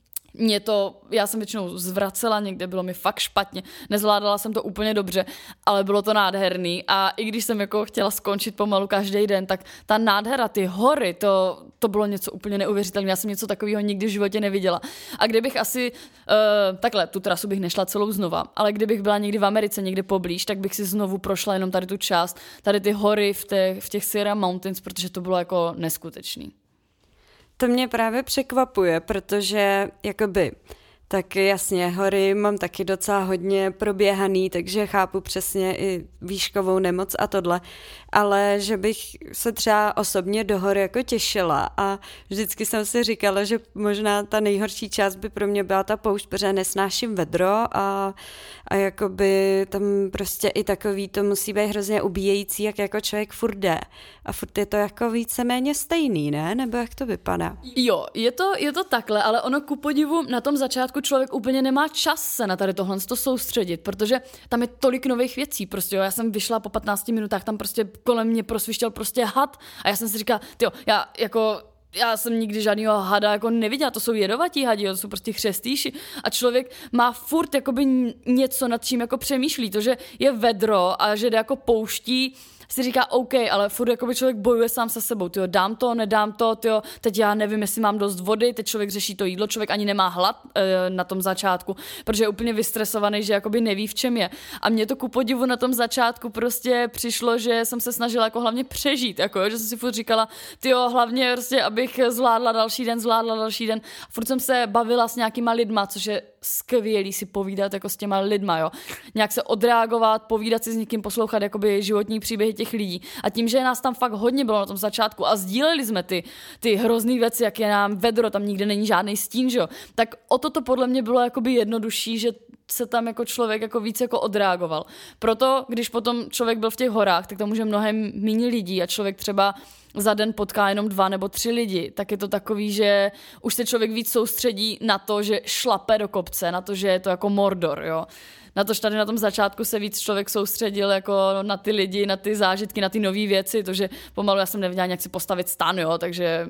mě to, já jsem většinou zvracela, někde bylo mi fakt špatně, nezvládala jsem to úplně dobře, ale bylo to nádherný a i když jsem jako chtěla skončit pomalu každý den, tak ta nádhera, ty hory, to, to bylo něco úplně neuvěřitelného, já jsem něco takového nikdy v životě neviděla. A kdybych asi, uh, takhle, tu trasu bych nešla celou znova, ale kdybych byla někdy v Americe, někde poblíž, tak bych si znovu prošla jenom tady tu část, tady ty hory v těch, v těch Sierra Mountains, protože to bylo jako neskutečný. To mě právě překvapuje, protože jakoby Tak jasně, hory mám taky docela hodně proběhaný, takže chápu přesně i výškovou nemoc a tohle, ale že bych se třeba osobně do hor jako těšila a vždycky jsem si říkala, že možná ta nejhorší část by pro mě byla ta poušť, protože nesnáším vedro a, a jakoby tam prostě i takový to musí být hrozně ubíjející, jak jako člověk furt jde a furt je to jako víceméně stejný, ne? Nebo jak to vypadá? Jo, je to, je to takhle, ale ono ku podivu na tom začátku člověk úplně nemá čas se na tady tohle to soustředit, protože tam je tolik nových věcí, prostě jo, já jsem vyšla po patnácti minutách, tam prostě kolem mě prosvištěl prostě had a já jsem si říkala, tyjo, já jako já jsem nikdy žádnýho hada jako neviděla, to jsou jedovatí hadi, jo, to jsou prostě chřestýši a člověk má furt jakoby něco, nad čím jako přemýšlí, to, že je vedro a že jde jako pouští, si říká OK, ale furt jakoby člověk bojuje sám se sebou, tyjo, dám to, nedám to, tyjo, teď já nevím, jestli mám dost vody, teď člověk řeší to jídlo, člověk ani nemá hlad e, na tom začátku, protože je úplně vystresovaný, že jakoby neví, v čem je. A mně to ku podivu na tom začátku prostě přišlo, že jsem se snažila jako hlavně přežít, jako, jo, že jsem si furt říkala, tyjo, hlavně prostě, abych zvládla další den, zvládla další den. Furt jsem se bavila s nějakýma lidma, což je skvělý si povídat jako s těma lidma, jo. Nějak se odreagovat, povídat si s někým, poslouchat jakoby životní příběhy těch lidí. A tím, že nás tam fakt hodně bylo na tom začátku a sdíleli jsme ty, ty hrozný věci, jak je nám vedro, tam nikde není žádný stín, že jo. Tak o to to podle mě bylo jakoby jednodušší, že se tam jako člověk jako víc jako odreagoval. Proto, když potom člověk byl v těch horách, tak tam může mnohem méně lidí a člověk třeba za den potká jenom dva nebo tři lidi, tak je to takový, že už se člověk víc soustředí na to, že šlape do kopce, na to, že je to jako Mordor, jo. Na to, že tady na tom začátku se víc člověk soustředil jako na ty lidi, na ty zážitky, na ty nové věci, to, že pomalu já jsem nevěděla jak si postavit stan, jo, takže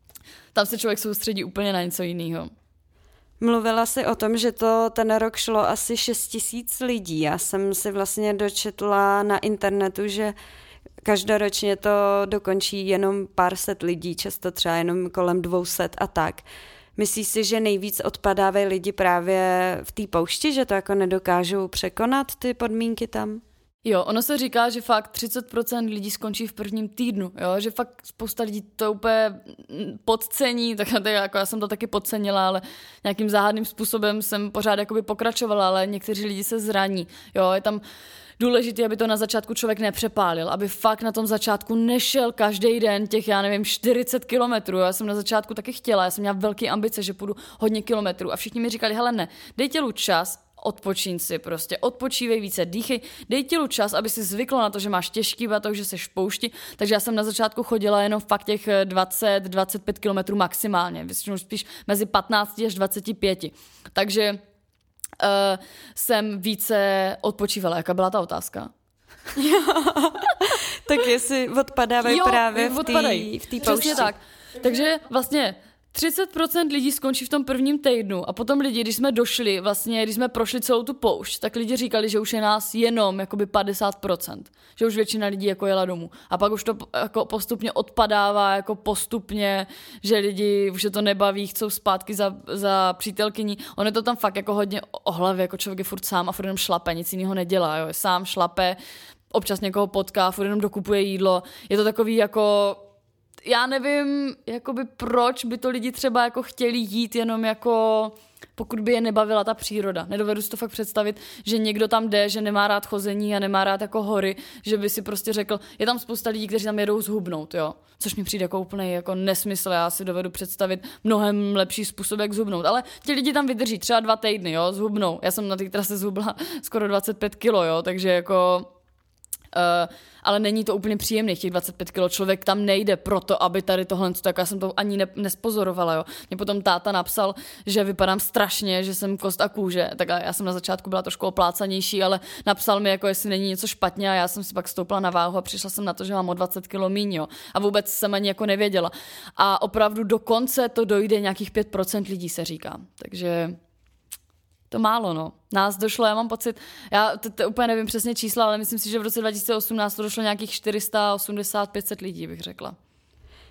tam se člověk soustředí úplně na něco jiného. Mluvila jsi o tom, že to ten rok šlo asi šest tisíc lidí. Já jsem si vlastně dočetla na internetu, že každoročně to dokončí jenom pár set lidí, často třeba jenom kolem dvou set a tak. Myslíš si, že nejvíc odpadávají lidi právě v té poušti, že to jako nedokážou překonat ty podmínky tam? Jo, ono se říká, že fakt třicet procent lidí skončí v prvním týdnu, jo, že fakt spousta lidí to úplně podcení, tak, tak jako já jsem to taky podcenila, ale nějakým záhadným způsobem jsem pořád jakoby pokračovala, ale někteří lidi se zraní, jo, je tam důležité, aby to na začátku člověk nepřepálil, aby fakt na tom začátku nešel každý den těch, já nevím, čtyřicet kilometrů. Já jsem na začátku taky chtěla, já jsem měla velké ambice, že půjdu hodně kilometrů a všichni mi říkali, hele ne, dej tělu čas, odpočíň si prostě, odpočívej více, dýchej, dej tělu čas, aby si zvyklo na to, že máš těžký batok, že seš v poušti, takže já jsem na začátku chodila jenom fakt těch dvacet až dvacet pět kilometrů maximálně, většinou spíš mezi patnáct až dvacet pět. Takže Uh, jsem více odpočívala. Jaká byla ta otázka? Tak jestli odpadávají jo, právě odpadají. v té poušti. Přesně tak. Takže vlastně třicet procent lidí skončí v tom prvním týdnu a potom lidi, když jsme došli, vlastně, když jsme prošli celou tu poušť, tak lidi říkali, že už je nás jenom jakoby padesát procent. Že už většina lidí jako jela domů. A pak už to jako postupně odpadává, jako postupně, že lidi už se to nebaví, chcou zpátky za, za přítelkyní. On je to tam fakt jako hodně o hlavě, jako člověk je furt sám a furt jenom šlape, nic jiného nedělá. Jo. Je sám šlape, občas někoho potká, furt jenom dokupuje jídlo. Je to takový jako... Já nevím, jakoby proč by to lidi třeba jako chtěli jít jenom jako, pokud by je nebavila ta příroda. Nedovedu si to fakt představit, že někdo tam jde, že nemá rád chození a nemá rád jako hory, že by si prostě řekl, je tam spousta lidí, kteří tam jedou zhubnout, jo. Což mi přijde jako úplně jako nesmysl, já si dovedu představit mnohem lepší způsob, jak zhubnout. Ale ti lidi tam vydrží třeba dva týdny, jo, zhubnou. Já jsem na té trase zhubla skoro dvacet pět kilo, jo, takže jako... Uh, ale není to úplně příjemný, těch dvacet pět kilo, člověk tam nejde proto, aby tady tohle, tak já jsem to ani ne, nespozorovala, jo. Mě potom táta napsal, že vypadám strašně, že jsem kost a kůže, tak já jsem na začátku byla trošku oplácanější, ale napsal mi, jako jestli není něco špatně a já jsem si pak stoupla na váhu a přišla jsem na to, že mám o dvacet kilo míň, jo. A vůbec jsem ani jako nevěděla. A opravdu do konce to dojde nějakých pět procent lidí, se říká. Takže... To málo, no. Nás došlo, já mám pocit, já to, to úplně nevím přesně čísla, ale myslím si, že v roce dva tisíce osmnáct to došlo nějakých čtyři sta osmdesát až pět set lidí, bych řekla.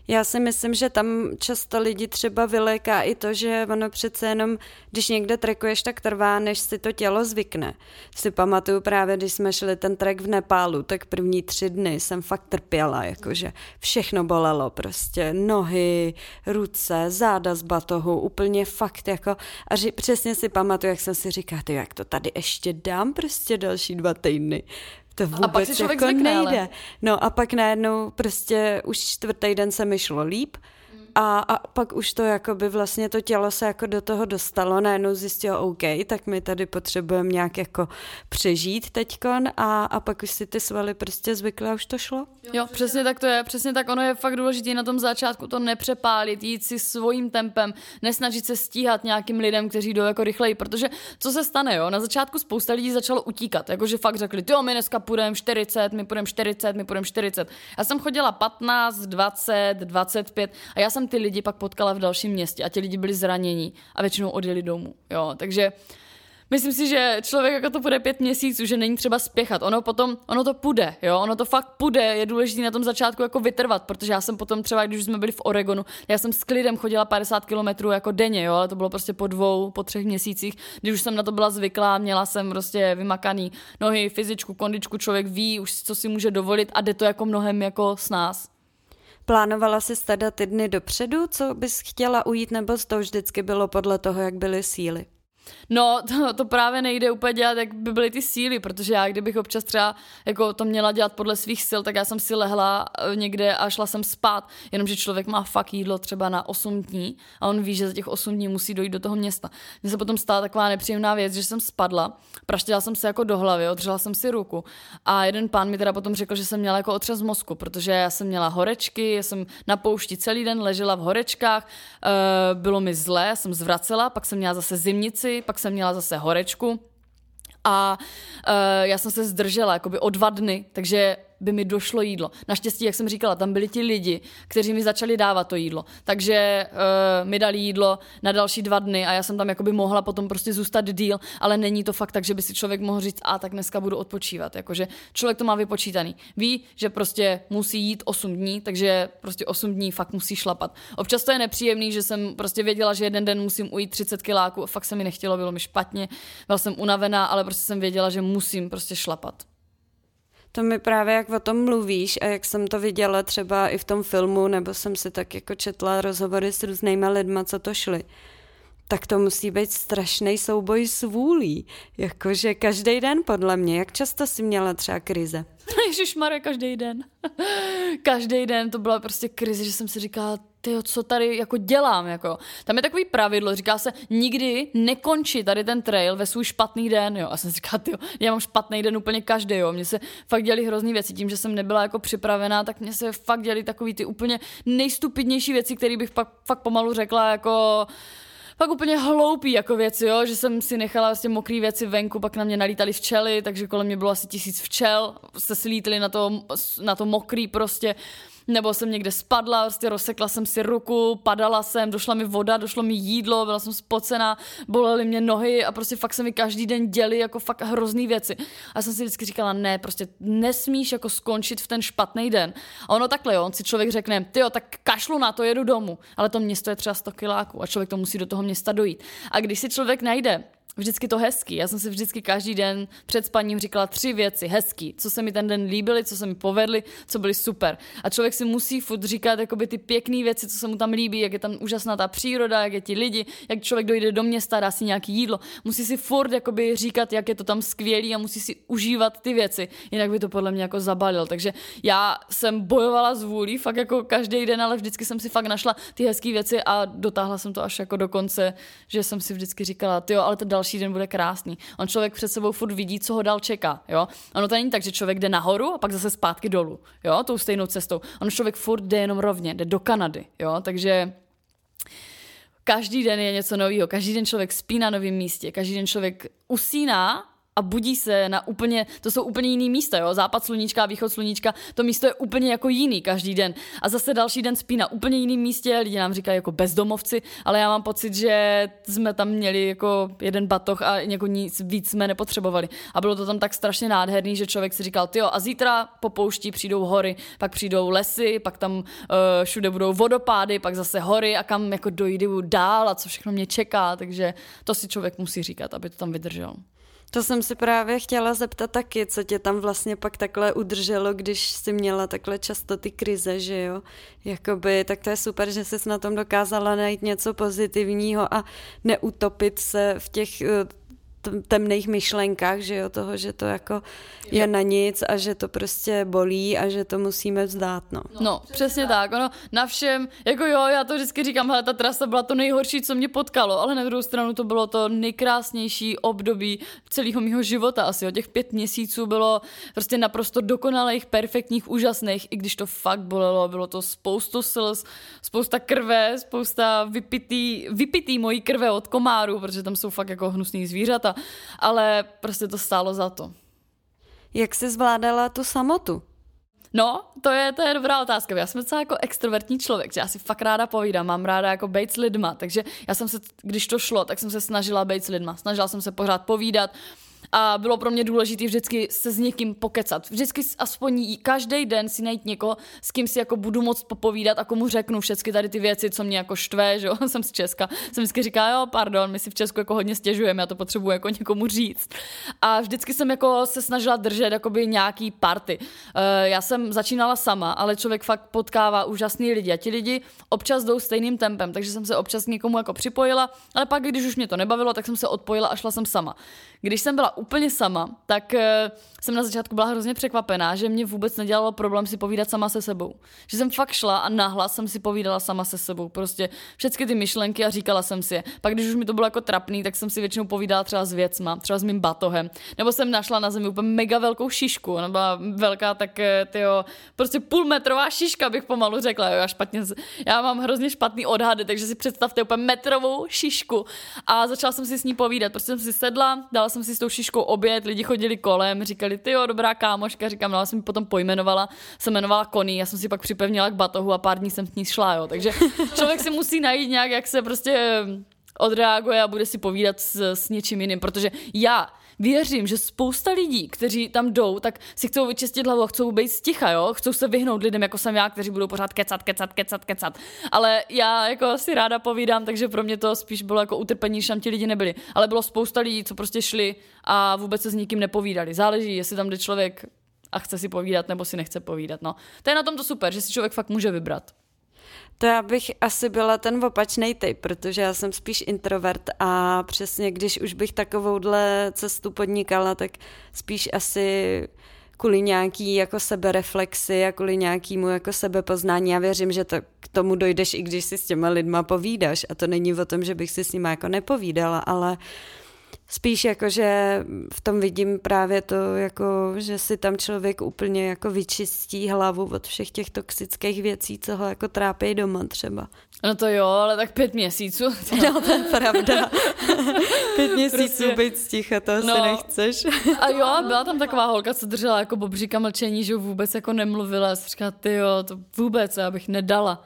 Já si myslím, že tam často lidi třeba vyléká i to, že ono přece jenom, když někde trekuješ, tak trvá, než si to tělo zvykne. Si pamatuju právě, když jsme šli ten trek v Nepálu, tak první tři dny jsem fakt trpěla, jakože všechno bolelo prostě, nohy, ruce, záda z batohu, úplně fakt jako, a ři, přesně si pamatuju, jak jsem si říkala, ty, jak to tady ještě dám prostě další dva týdny. To vůbec a pak si člověk jako zvykne, nejde. Ale... No a pak najednou prostě už čtvrtý den se mi šlo líp a, a pak už to jakoby vlastně to tělo se jako do toho dostalo, najednou zjistilo OK, tak my tady potřebujeme nějak jako přežít teďkon a, a pak už si ty svaly prostě zvykly a už to šlo. Jo, přesně tak to je, přesně tak ono je fakt důležité na tom začátku to nepřepálit, jít si svým tempem, nesnažit se stíhat nějakým lidem, kteří jdou jako rychleji, protože co se stane, jo, na začátku spousta lidí začalo utíkat, jakože fakt řekli, jo, my dneska půjdeme čtyřicet, my půjdeme čtyřicet, my půjdeme čtyřicet. Já jsem chodila patnáct, dvacet, dvacet pět a já jsem ty lidi pak potkala v dalším městě a ti lidi byli zranění a většinou odjeli domů, jo, takže myslím si, že člověk jako to půjde pět měsíců, že není třeba spěchat. Ono potom, ono to půjde, jo, ono to fakt půjde, je důležité na tom začátku jako vytrvat, protože já jsem potom třeba, když jsme byli v Oregonu, já jsem s klidem chodila padesát kilometrů jako denně, jo, ale to bylo prostě po dvou, po třech měsících, když už jsem na to byla zvyklá, měla jsem prostě vymakaný nohy, fyzičku, kondičku, člověk ví už, co si může dovolit a jde to jako mnohem jako s nás. Plánovala jsi teda ty dny dopředu, co bys chtěla ujít, nebo to vždycky bylo podle toho, jak byly síly? No, to, to právě nejde úplně dělat, jak by byly ty síly, protože já, kdybych občas třeba jako to měla dělat podle svých sil, tak já jsem si lehla někde a šla jsem spát, jenomže člověk má fakt jídlo třeba na osm dní a on ví, že za těch osm dní musí dojít do toho města. Mně se potom stala taková nepříjemná věc, že jsem spadla, praštěla jsem se jako do hlavy, odřela jsem si ruku a jeden pán mi teda potom řekl, že jsem měla jako otřes mozku, protože já jsem měla horečky, já jsem na poušti celý den ležela v horečkách, bylo mi zlé, jsem zvracela, pak jsem měla zase zimnici, pak jsem měla zase horečku a uh, já jsem se zdržela jakoby o dva dny, takže by mi došlo jídlo. Naštěstí, jak jsem říkala, tam byli ti lidi, kteří mi začali dávat to jídlo. Takže uh, mi dali jídlo na další dva dny a já jsem tam jakoby mohla potom prostě zůstat díl, ale není to fakt tak, že by si člověk mohl říct, a tak dneska budu odpočívat. Jakože člověk to má vypočítaný. Ví, že prostě musí jít osm dní, takže prostě osm dní fakt musí šlapat. Občas to je nepříjemný, že jsem prostě věděla, že jeden den musím ujít třicet kiláků, fakt se mi nechtělo, bylo mi špatně, byla jsem unavená, ale prostě jsem věděla, že musím prostě šlapat. To mi právě, jak o tom mluvíš a jak jsem to viděla třeba i v tom filmu, nebo jsem si tak jako četla rozhovory s různýma lidma, co to šli, tak to musí být strašný souboj s vůlí. Jakože každý den podle mě. Jak často jsi měla třeba krize? Ježišmarja, každý den. Každý den to byla prostě krize, že jsem si říkala, tyjo, co tady jako dělám, jako. Tam je takový pravidlo, říká se, nikdy nekončí tady ten trail ve svůj špatný den, jo. A jsem si říkala, tyjo, já mám špatný den úplně každý, jo. Mně se fakt děly hrozný věci, tím, že jsem nebyla jako připravená, tak mně se fakt děly takový ty úplně nejstupidnější věci, které bych fakt, fakt pomalu řekla, jako pak úplně hloupý jako věci, jo, že jsem si nechala vlastně mokrý věci venku, pak na mě nalítali včely, takže kolem mě bylo asi tisíc včel, se slítly na to, na to mokrý prostě, nebo jsem někde spadla, prostě rozsekla jsem si ruku, padala jsem, došla mi voda, došlo mi jídlo, byla jsem spocená, bolely mě nohy a prostě fakt se mi každý den děli jako fakt hrozný věci. A jsem si vždycky říkala, ne, prostě nesmíš jako skončit v ten špatný den. A ono takhle, jo, on si člověk řekne, tyjo, tak kašlu na to, jedu domů, ale to město je třeba sto kiláků a člověk to musí do toho města dojít. A když si člověk najde vždycky to hezký. Já jsem si vždycky každý den před spaním říkala tři věci hezký, co se mi ten den líbily, co se mi povedly, co byly super. A člověk si musí furt říkat jakoby ty pěkné věci, co se mu tam líbí, jak je tam úžasná ta příroda, jak je ti lidi, jak člověk dojde do města, dá si nějaký jídlo. Musí si furt jakoby říkat, jak je to tam skvělý a musí si užívat ty věci. Jinak by to podle mě jako zabalil. Takže já jsem bojovala s vůlí fakt jako každý den, ale vždycky jsem si fakt našla ty hezké věci a dotáhla jsem to až jako do konce, že jsem si vždycky říkala, tyjo, ale to další den bude krásný. On člověk před sebou furt vidí, co ho dál čeká, jo. Ono to není tak, že člověk jde nahoru a pak zase zpátky dolů, jo, tou stejnou cestou. On člověk furt jde jenom rovně, jde do Kanady, jo, takže každý den je něco nového, každý den člověk spí na novém místě, každý den člověk usíná a budí se na úplně, to jsou úplně jiný místa, jo, západ sluníčka, východ sluníčka, to místo je úplně jako jiný každý den a zase další den spí na úplně jiném místě, lidi nám říkají jako bezdomovci, ale já mám pocit, že jsme tam měli jako jeden batoh a jako nic víc jsme nepotřebovali a bylo to tam tak strašně nádherný, že člověk si říkal, tyjo, a zítra po poušti přijdou hory, pak přijdou lesy, pak tam uh, všude budou vodopády, pak zase hory a kam jako dojdu dál a co všechno mě čeká, takže to si člověk musí říkat, aby to tam vydržel. To jsem si právě chtěla zeptat taky, co tě tam vlastně pak takhle udrželo, když jsi měla takhle často ty krize, že jo? Jakoby, tak to je super, že jsi na tom dokázala najít něco pozitivního a neutopit se v těch temných myšlenkách, že jo, toho, že to jako je na nic a že to prostě bolí a že to musíme vzdát, no. No, přesně tak, ono na všem, jako jo, já to vždycky říkám, hele, ta trasa byla to nejhorší, co mě potkalo, ale na druhou stranu to bylo to nejkrásnější období celého mýho života asi, o těch pět měsíců bylo prostě naprosto dokonalých, perfektních, úžasných, i když to fakt bolelo, bylo to spoustu slz, spousta krve, spousta vypitý, vypitý mojí krve od komáru, protože tam jsou fakt jako hnusný zvířata, ale prostě to stálo za to. Jak jsi zvládala tu samotu? No, to je, to je dobrá otázka. Já jsem docela jako extrovertní člověk, že já si fakt ráda povídám, mám ráda jako bejt s lidma, takže já jsem se, když to šlo, tak jsem se snažila bejt s lidma, snažila jsem se pořád povídat a bylo pro mě důležité vždycky se s někým pokecat. Vždycky aspoň každý den si najít někoho, s kým si jako budu moct popovídat a komu řeknu všechny tady ty věci, co mě jako štve, že jo, jsem z Česka. Jsem vždycky říká, jo, pardon, my si v Česku jako hodně stěžujeme, já to potřebuji jako někomu říct. A vždycky jsem jako se snažila držet jakoby nějaký party. Já jsem začínala sama, ale člověk fakt potkává úžasný lidi a ti lidi občas jdou stejným tempem, takže jsem se občas k někomu jako připojila, ale pak, když už mě to nebavilo, tak jsem se odpojila a šla jsem sama. Když jsem byla úplně sama, tak uh, jsem na začátku byla hrozně překvapená, že mě vůbec nedělalo problém si povídat sama se sebou. Že jsem fakt šla a nahlas jsem si povídala sama se sebou. Prostě všechny ty myšlenky a říkala jsem si je. Pak když už mi to bylo jako trapný, tak jsem si většinou povídala třeba s věcma, třeba s mým batohem. Nebo jsem našla na zemi úplně mega velkou šišku. Ona byla velká, tak tyjo, prostě půlmetrová šiška bych pomalu řekla. Jo, já, špatně, já mám hrozně špatný odhady, takže si představte úplně metrovou šišku. A začala jsem si s ní povídat. Prostě jsem si sedla, dala jsem si s tou šiškou oběd, lidi chodili kolem, říkali, ty jo, dobrá kámoška, říkám, no, já jsem mi potom pojmenovala, se jmenovala Connie, já jsem si pak připevnila k batohu a pár dní jsem s ní šla, jo, takže člověk si musí najít nějak, jak se prostě odreaguje a bude si povídat s, s něčím jiným, protože já věřím, že spousta lidí, kteří tam jdou, tak si chcou vyčistit hlavu a chcou být sticha, jo? Chcou se vyhnout lidem, jako jsem já, kteří budou pořád kecat, kecat, kecat, kecat. Ale já jako si ráda povídám, takže pro mě to spíš bylo jako utrpení, že tam ti lidi nebyli. Ale bylo spousta lidí, co prostě šli a vůbec se s nikým nepovídali. Záleží, jestli tam jde člověk a chce si povídat, nebo si nechce povídat, no. To je na tom to super, že si člověk fakt může vybrat. To já bych asi byla ten opačný typ, protože já jsem spíš introvert a přesně když už bych takovouhle cestu podnikala, tak spíš asi kvůli nějaký jako sebereflexi a kvůli nějakému jako sebepoznání. Já věřím, že to k tomu dojdeš, i když si s těma lidma povídáš a to není o tom, že bych si s nima jako nepovídala, ale spíš jako, že v tom vidím právě to, jako, že si tam člověk úplně jako vyčistí hlavu od všech těch toxických věcí, co ho jako trápí doma třeba. No to jo, ale tak pět měsíců. No to je pravda. Pět měsíců prostě být sticha, to asi no. nechceš. A jo, byla tam taková holka, co držela jako bobříka mlčení, že vůbec jako nemluvila. Já jsem říkala, tyjo, to vůbec, já bych nedala.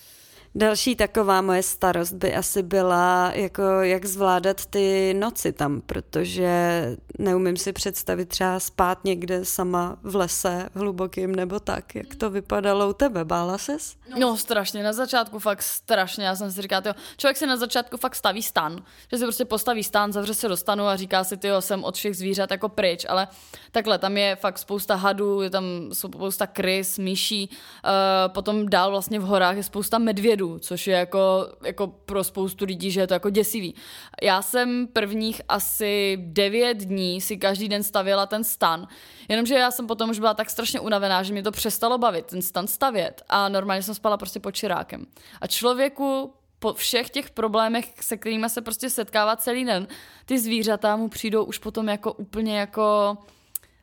Další taková moje starost by asi byla, jako jak zvládat ty noci tam, protože neumím si představit třeba spát někde sama v lese hlubokým nebo tak. Jak to vypadalo u tebe? Bála ses? No strašně, na začátku fakt strašně. Já jsem si říkala, tyjo, člověk si na začátku fakt staví stan, že si prostě postaví stan, zavře se do stanu a říká si, tyjo, jsem od všech zvířat jako pryč, ale takhle, tam je fakt spousta hadů, je tam spousta krys, myší, uh, potom dál vlastně v horách je spousta medvědů, což je jako, jako pro spoustu lidí, že je to jako děsivý. Já jsem prvních asi devět dní si každý den stavěla ten stan, jenomže já jsem potom už byla tak strašně unavená, že mě to přestalo bavit, ten stan stavět a normálně jsem spala prostě pod čirákem. A člověku po všech těch problémech, se kterými se prostě setkává celý den, ty zvířata mu přijdou už potom jako úplně jako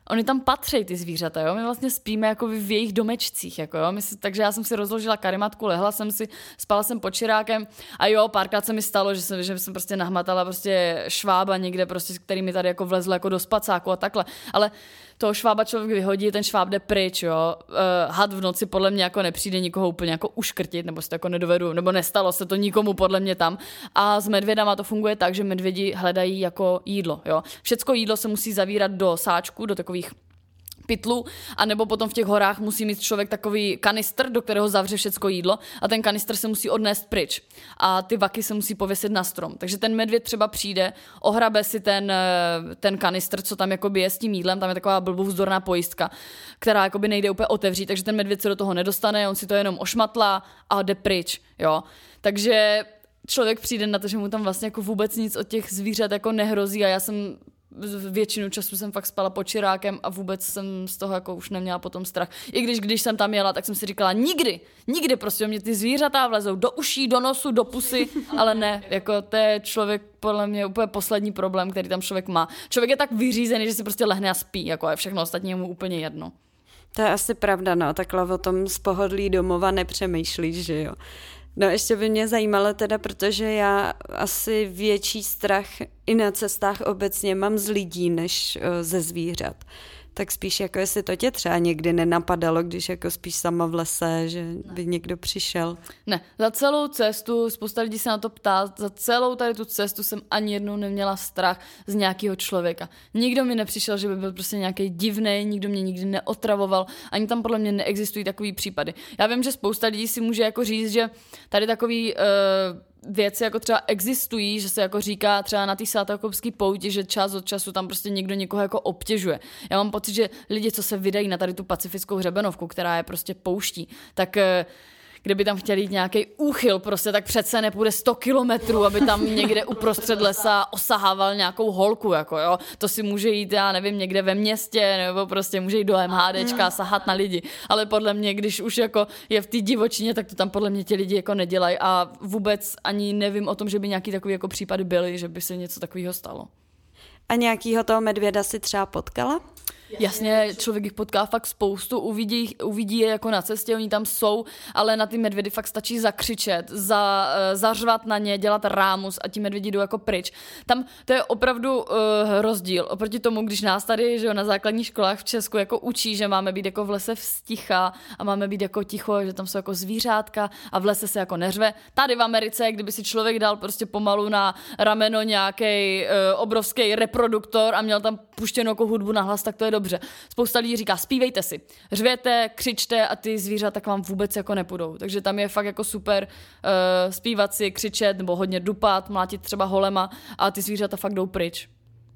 oni tam patří ty zvířata, jo? My vlastně spíme jako v jejich domečcích, jako jo? My si, takže já jsem si rozložila karimatku, lehla jsem si, spala jsem pod čirákem a jo, párkrát se mi stalo, že jsem, že jsem prostě nahmatala prostě švába někde, prostě, který mi tady jako vlezl jako do spacáku a takhle, ale toho švába člověk vyhodí, ten šváb jde pryč, jo. Uh, had v noci podle mě jako nepřijde nikoho úplně jako uškrtit, nebo si to jako nedovedu, nebo nestalo se to nikomu podle mě tam. A s medvědama to funguje tak, že medvědi hledají jako jídlo, jo. Všecko jídlo se musí zavírat do sáčku, do takových pytlu, anebo potom v těch horách musí mít člověk takový kanistr, do kterého zavře všecko jídlo a ten kanistr se musí odnést pryč a ty vaky se musí pověsit na strom. Takže ten medvěd třeba přijde, ohrabe si ten, ten kanistr, co tam jakoby je s tím jídlem, tam je taková blbouzdorná pojistka, která jakoby nejde úplně otevřít, takže ten medvěd se do toho nedostane, on si to jenom ošmatlá a jde pryč, jo. Takže člověk přijde na to, že mu tam vlastně jako vůbec nic od těch zvířat jako nehrozí a já jsem většinu času jsem fakt spala pod čirákem a vůbec jsem z toho jako už neměla potom strach. I když, když jsem tam jela, tak jsem si říkala nikdy, nikdy prostě mě ty zvířata vlezou do uší, do nosu, do pusy, ale ne, jako to je člověk podle mě úplně poslední problém, který tam člověk má. Člověk je tak vyřízený, že si prostě lehne a spí, jako je všechno ostatní je mu úplně jedno. To je asi pravda, no, takhle o tom z pohodlí domova nepřemýšlíš, že jo. No ještě by mě zajímalo teda, protože já asi větší strach i na cestách obecně mám z lidí, než ze zvířat. Tak spíš jako jestli to tě třeba někdy nenapadalo, když jako spíš sama v lese, že by někdo přišel. Ne, za celou cestu, spousta lidí se na to ptá, za celou tady tu cestu jsem ani jednou neměla strach z nějakého člověka. Nikdo mi nepřišel, že by byl prostě nějaký divnej, nikdo mě nikdy neotravoval, ani tam podle mě neexistují takový případy. Já vím, že spousta lidí si může jako říct, že tady takový uh, věci jako třeba existují, že se jako říká třeba na té svatojakubské pouti, že čas od času tam prostě někdo někoho jako obtěžuje. Já mám pocit, že lidi, co se vydají na tady tu pacifickou hřebenovku, která je prostě pouští, tak kdyby tam chtěli jít nějaký úchyl, prostě tak přece nepůjde sto kilometrů, aby tam někde uprostřed lesa osahával nějakou holku, jako jo. To si může jít, já nevím, někde ve městě, nebo prostě může jít do MHDčka sahat na lidi. Ale podle mě, když už jako je v té divočině, tak to tam podle mě ti lidi jako nedělají a vůbec ani nevím o tom, že by nějaký takový jako případy byly, že by se něco takového stalo. A nějakýho toho medvěda si třeba potkala? Jasně, člověk jich potká fakt spoustu, uvidí, uvidí je jako na cestě, oni tam jsou, ale na ty medvědy fakt stačí zakřičet, za, zařvat na ně, dělat rámus a ti medvědi jdou jako pryč. Tam to je opravdu uh, rozdíl oproti tomu, když nás tady, že jo, na základních školách v Česku jako učí, že máme být jako v lese vzticha a máme být jako ticho, že tam jsou jako zvířátka a v lese se jako neřve. Tady v Americe, kdyby si člověk dal prostě pomalu na rameno nějaký uh, obrovský reproduktor a měl tam puštěnou jako hudbu na hlas, tak to je dobře. Spousta lidí říká, zpívejte si, řvěte, křičte a ty zvířata k vám vůbec jako nepůjdou. Takže tam je fakt jako super uh, zpívat si, křičet nebo hodně dupat, mlátit třeba holema a ty zvířata fakt jdou pryč.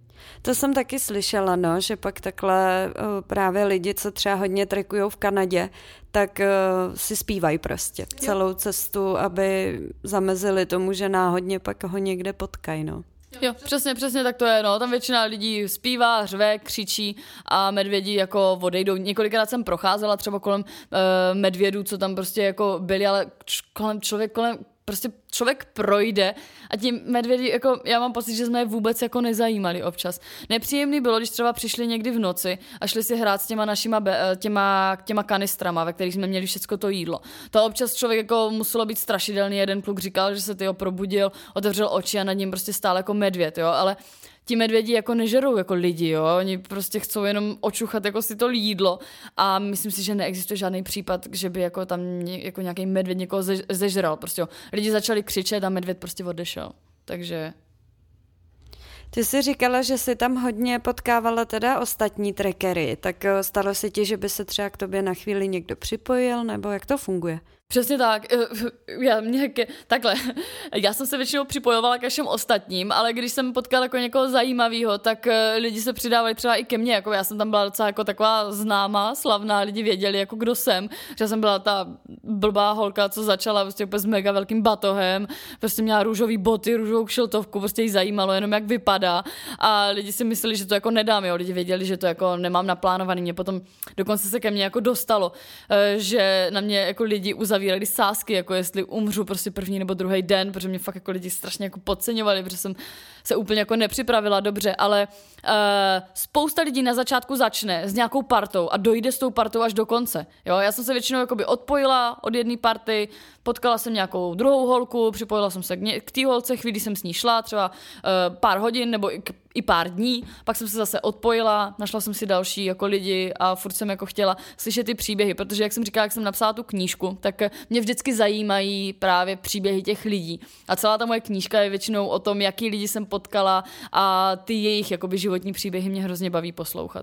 To jsem taky slyšela, no, že pak takhle uh, právě lidi, co třeba hodně trekujou v Kanadě, tak uh, si zpívají prostě celou jo. cestu, aby zamezili tomu, že náhodně pak ho někde potkají, no. Jo, přesně, přesně tak to je, no. Tam většina lidí zpívá, řve, křičí a medvědi jako odejdou. Několikrát jsem procházela třeba kolem uh, medvědů, co tam prostě jako byli, ale č- kolem člověk, kolem prostě člověk projde a ti medvědi, jako já mám pocit, že jsme je vůbec jako nezajímali občas. Nepříjemný bylo, když třeba přišli někdy v noci a šli si hrát s těma našima be, těma, těma kanistrama, ve kterých jsme měli všecko to jídlo. To občas člověk jako muselo být strašidelný, jeden kluk říkal, že se tyho probudil, otevřel oči a nad ním prostě stál jako medvěd, jo, ale ti medvědi jako nežerou jako lidi, jo, oni prostě chcou jenom očuchat jako si to jídlo a myslím si, že neexistuje žádný případ, že by jako tam ně, jako nějaký medvěd někoho ze, zežral, prostě jo. Lidi začali křičet a medvěd prostě odešel, takže... Ty jsi říkala, že jsi tam hodně potkávala teda ostatní trekery, tak stalo se ti, že by se třeba k tobě na chvíli někdo připojil, nebo jak to funguje? Přesně tak. Já, mě, takhle. Já jsem se většinou připojovala ke všem ostatním, ale když jsem potkala jako někoho zajímavého, tak lidi se přidávali třeba i ke mně. Jako já jsem tam byla docela jako taková známá, slavná, lidi věděli, jako kdo jsem. Že jsem byla ta blbá holka, co začala prostě s mega velkým batohem, prostě měla růžový boty, růžovou kšiltovku, prostě jí zajímalo jenom, jak vypadá. A lidi si mysleli, že to jako nedám, jo. Lidi věděli, že to jako nemám naplánovaný. Mě potom dokonce se ke mně jako dostalo, že na mě jako lidi uzavírali zavírali sázky, jako jestli umřu prostě první nebo druhý den, protože mě fakt jako lidi strašně jako podceňovali, protože jsem se úplně jako nepřipravila dobře, ale uh, spousta lidí na začátku začne s nějakou partou a dojde s tou partou až do konce. Jo? Já jsem se většinou jakoby odpojila od jedné party, potkala jsem nějakou druhou holku, připojila jsem se k, ně, k té holce, chvíli jsem s ní šla, třeba uh, pár hodin nebo i, k, i pár dní, pak jsem se zase odpojila, našla jsem si další jako lidi a furt jsem jako chtěla slyšet ty příběhy, protože jak jsem říkala, jak jsem napsala tu knížku, tak mě vždycky zajímají právě příběhy těch lidí. A celá ta moje knížka je většinou o tom, jaký lidi jsem potkala a ty jejich jakoby životní příběhy mě hrozně baví poslouchat.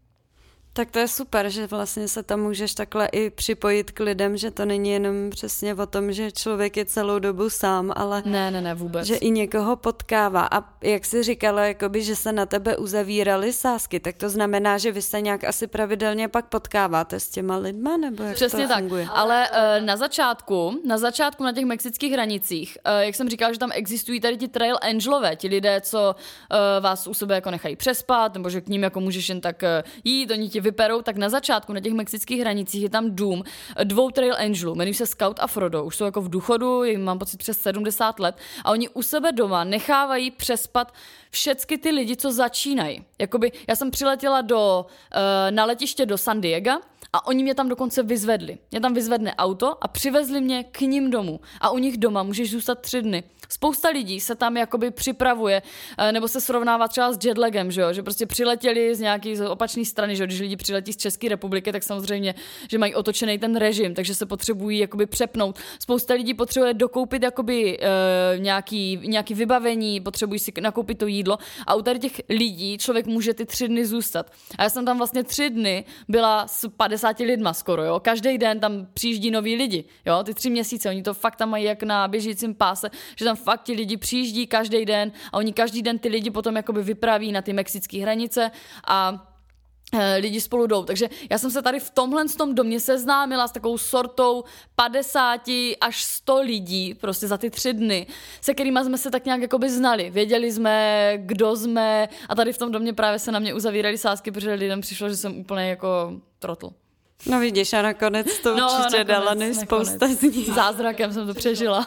Tak to je super, že vlastně se tam můžeš takhle i připojit k lidem, že to není jenom přesně o tom, že člověk je celou dobu sám, ale ne, ne, ne, vůbec. Že i někoho potkává. A jak jsi říkala, jakoby, že se na tebe uzavíraly sázky, tak to znamená, že vy se nějak asi pravidelně pak potkáváte s těma lidma, nebo jak Přesně to tak, funguje? ale uh, na začátku, na začátku na těch mexických hranicích, uh, jak jsem říkala, že tam existují tady ti trail angelové, ti lidé, co uh, vás u sebe jako nechají přespat, nebo že k ním jako můžeš jen tak uh, jít, oni ti vyperou, tak na začátku na těch mexických hranicích je tam dům dvou trail angelů, jmenují se Scout a Frodo, už jsou jako v důchodu, jim mám pocit přes sedmdesát let a oni u sebe doma nechávají přespat všechny ty lidi, co začínají. Jakoby já jsem přiletěla do, uh, na letiště do San Diega a oni mě tam dokonce vyzvedli. Mě tam vyzvedne auto a přivezli mě k ním domů. A u nich doma můžeš zůstat tři dny. Spousta lidí se tam jakoby připravuje, nebo se srovnává třeba s jetlagem, že jo? Že prostě přiletěli z nějaký z opačné strany, že jo? Když lidi přiletí z České republiky, tak samozřejmě, že mají otočený ten režim, takže se potřebují jakoby přepnout. Spousta lidí potřebuje dokoupit jakoby uh, nějaký, nějaký vybavení, potřebují si nakoupit to jídlo a u tady těch lidí člověk může ty tři dny zůstat. A já jsem tam vlastně tři dny byla s padesáti lidma skoro, jo? Každý den tam přijíždí noví lidi, jo? Ty tři měsíce, oni to fakt tam mají jak na běžícím páse, že tam fakt ti lidi přijíždí každý den a oni každý den ty lidi potom jakoby vypraví na ty mexické hranice a lidi spolu jdou. Takže já jsem se tady v tomhle tom domě seznámila s takovou sortou padesáti až sto lidí prostě za ty tři dny, se kterýma jsme se tak nějak jakoby znali. Věděli jsme, kdo jsme a tady v tom domě právě se na mě uzavíraly sázky, protože lidem přišlo, že jsem úplně jako trotl. No vidíš, a nakonec to no, určitě nakonec, dala nejspousta z nich. Zázrakem jsem to přežila.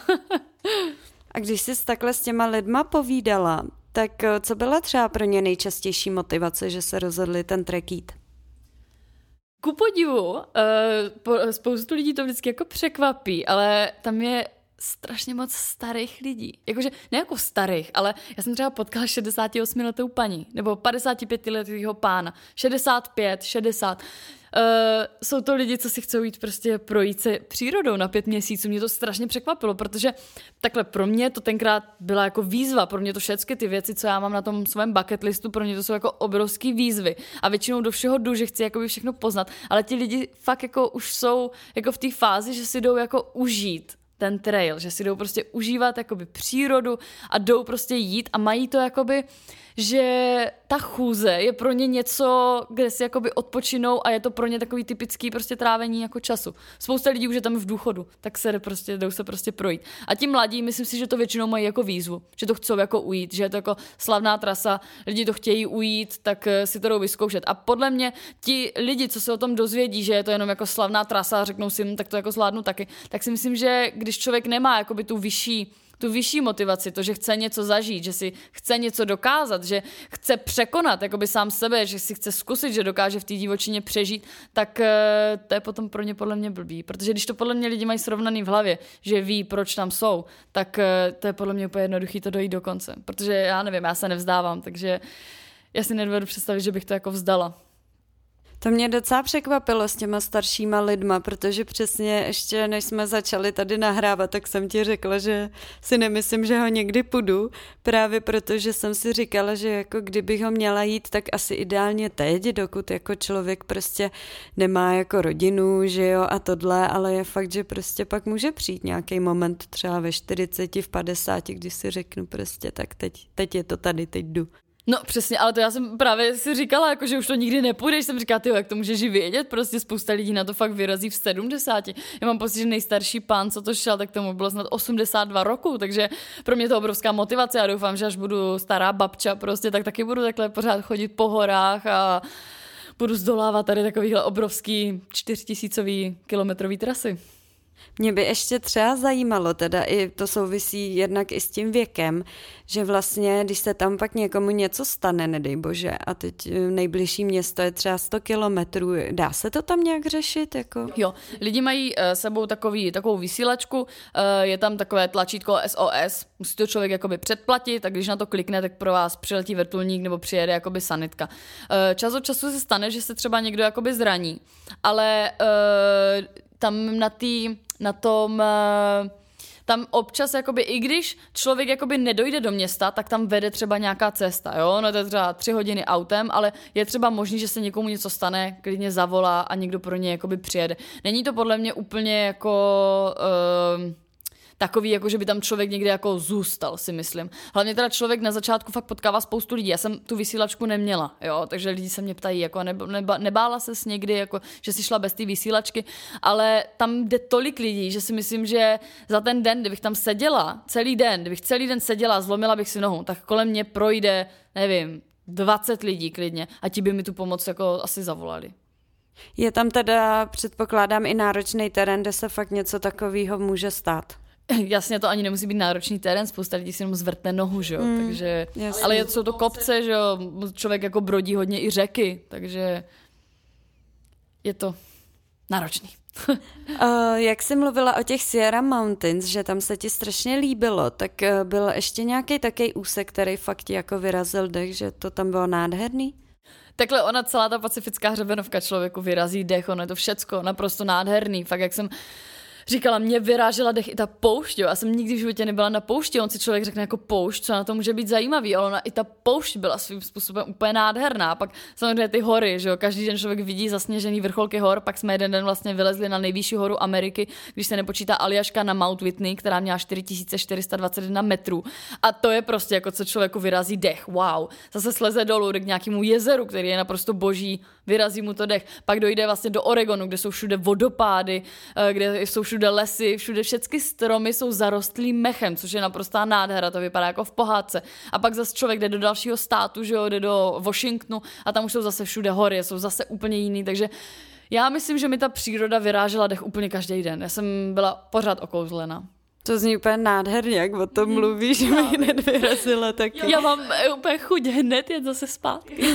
A když jsi takhle s těma lidma povídala, tak co byla třeba pro ně nejčastější motivace, že se rozhodli ten trek jít? Ku podivu, uh, po, spoustu lidí to vždycky jako překvapí, ale tam je strašně moc starých lidí. Jakože ne jako starých, ale já jsem třeba potkala šedesátiosmiletou paní, nebo padesátipětiletého pána, šedesát pět, šedesát. Uh, jsou to lidi, co si chcou jít prostě projít se přírodou na pět měsíců. Mě to strašně překvapilo, protože takhle pro mě to tenkrát byla jako výzva, pro mě to všechny ty věci, co já mám na tom svém bucket listu, pro mě to jsou jako obrovský výzvy a většinou do všeho jdu, že chci jakoby všechno poznat, ale ti lidi fakt jako už jsou jako v té fázi, že si jdou jako užít ten trail, že si jdou prostě užívat jakoby přírodu a jdou prostě jít a mají to jakoby, že ta chůze je pro ně něco, kde si jakoby odpočinou a je to pro ně takový typický prostě trávení jako času. Spousta lidí už je tam v důchodu, tak se jde prostě, jdou se prostě projít. A ti mladí, myslím si, že to většinou mají jako výzvu, že to chcou jako ujít, že je to jako slavná trasa, lidi to chtějí ujít, tak si to jdou vyzkoušet. A podle mě ti lidi, co se o tom dozvědí, že je to jenom jako slavná trasa a řeknou si, tak to jako zvládnu taky, tak si myslím, že když člověk nemá jakoby tu vyšší tu vyšší motivaci, to, že chce něco zažít, že si chce něco dokázat, že chce překonat jakoby sám sebe, že si chce zkusit, že dokáže v té divočině přežít, tak to je potom pro ně podle mě blbý. Protože když to podle mě lidi mají srovnaný v hlavě, že ví, proč tam jsou, tak to je podle mě úplně jednoduchý to dojít do konce. Protože já nevím, já se nevzdávám, takže já si nedovedu představit, že bych to jako vzdala. To mě docela překvapilo s těma staršíma lidma, protože přesně ještě než jsme začali tady nahrávat, tak jsem ti řekla, že si nemyslím, že ho někdy půjdu, právě protože jsem si říkala, že jako kdybych ho měla jít, tak asi ideálně teď, dokud jako člověk prostě nemá jako rodinu, že jo, a tohle, ale je fakt, že prostě pak může přijít nějaký moment třeba ve čtyřiceti, v padesáti, když si řeknu prostě, tak teď, teď je to tady, teď jdu. No přesně, ale to já jsem právě si říkala, jako, že už to nikdy nepůjdeš, jsem říkala, tyjo, jak to můžeš vědět, prostě spousta lidí na to fakt vyrazí v sedmdesáti. Já mám pocit, že nejstarší pán, co to šel, tak tomu bylo snad osmdesát dva roku, takže pro mě to je obrovská motivace a doufám, že až budu stará babča prostě, tak taky budu takhle pořád chodit po horách a budu zdolávat tady takovýhle obrovský čtyřtisícový kilometrový trasy. Mě by ještě třeba zajímalo, teda i to souvisí jednak i s tím věkem, že vlastně, když se tam pak někomu něco stane, nedej bože, a teď nejbližší město je třeba sto kilometrů, dá se to tam nějak řešit? Jako? Jo, lidi mají uh, sebou takový, takovou vysílačku, uh, je tam takové tlačítko S O S, musí to člověk jakoby předplatit, tak když na to klikne, tak pro vás přiletí vrtulník nebo přijede jakoby sanitka. Uh, čas od času se stane, že se třeba někdo jakoby zraní, ale uh, tam na tý, na tom, tam občas, jakoby, i když člověk jakoby nedojde do města, tak tam vede třeba nějaká cesta, jo, no to je třeba tři hodiny autem, ale je třeba možný, že se někomu něco stane, klidně zavolá a někdo pro ně jakoby přijede. Není to podle mě úplně jako... Uh, takový, jako že by tam člověk někde jako zůstal, si myslím. Hlavně teda člověk na začátku fakt potkává spoustu lidí. Já jsem tu vysílačku neměla, jo, takže lidi se mě ptají, jako neba, nebála ses někdy, jako, že jsi šla bez té vysílačky, ale tam jde tolik lidí, že si myslím, že za ten den, kdybych tam seděla, celý den, kdybych celý den seděla, zlomila bych si nohu, tak kolem mě projde, nevím, dvacet lidí klidně a ti by mi tu pomoc jako asi zavolali. Je tam teda, předpokládám, i náročný terén, kde se fakt něco takového může stát. Jasně, to ani nemusí být náročný terén, spousta lidí si jenom zvrtne nohu, že jo, mm, takže, jasně. Ale jsou to kopce, že jo, člověk jako brodí hodně i řeky, takže je to náročný. uh, jak jsi mluvila o těch Sierra Mountains, že tam se ti strašně líbilo, tak uh, byl ještě nějaký takový úsek, který fakt ti jako vyrazil dech, že to tam bylo nádherný? Takhle ona celá ta pacifická hřebenovka člověku vyrazí dech, ono je to všecko naprosto nádherný, fakt jak jsem říkala, mě vyrážela dech i ta poušť, jo. Já jsem nikdy v životě nebyla na poušti, on si člověk řekne jako poušť, co na to může být zajímavý, ale ona i ta poušť byla svým způsobem úplně nádherná. Pak samozřejmě ty hory, že jo, každý den člověk vidí zasněžený vrcholky hor, pak jsme jeden den vlastně vylezli na nejvyšší horu Ameriky, když se nepočítá Aljaška na Mount Whitney, která měla čtyři tisíce čtyři sta dvacet jedna metrů. A to je prostě jako co člověku vyrazí dech, wow. Zase sleze dolů k nějakému jezeru, který je naprosto boží, vyrazí mu to dech. Pak dojde vlastně do Oregonu, kde jsou všude vodopády, kde jsou všude lesy, všude všechny stromy jsou zarostlý mechem, což je naprostá nádhera, to vypadá jako v pohádce. A pak zase člověk jde do dalšího státu, že jo, jde do Washingtonu a tam už jsou zase všude hory, jsou zase úplně jiný, takže já myslím, že mi ta příroda vyrážela dech úplně každý den. Já jsem byla pořád okouzlena. To zní úplně nádherně, jak o tom mluvíš, že mi hned vyrazila taky. Já mám úplně chuť hned jet zase zpátky.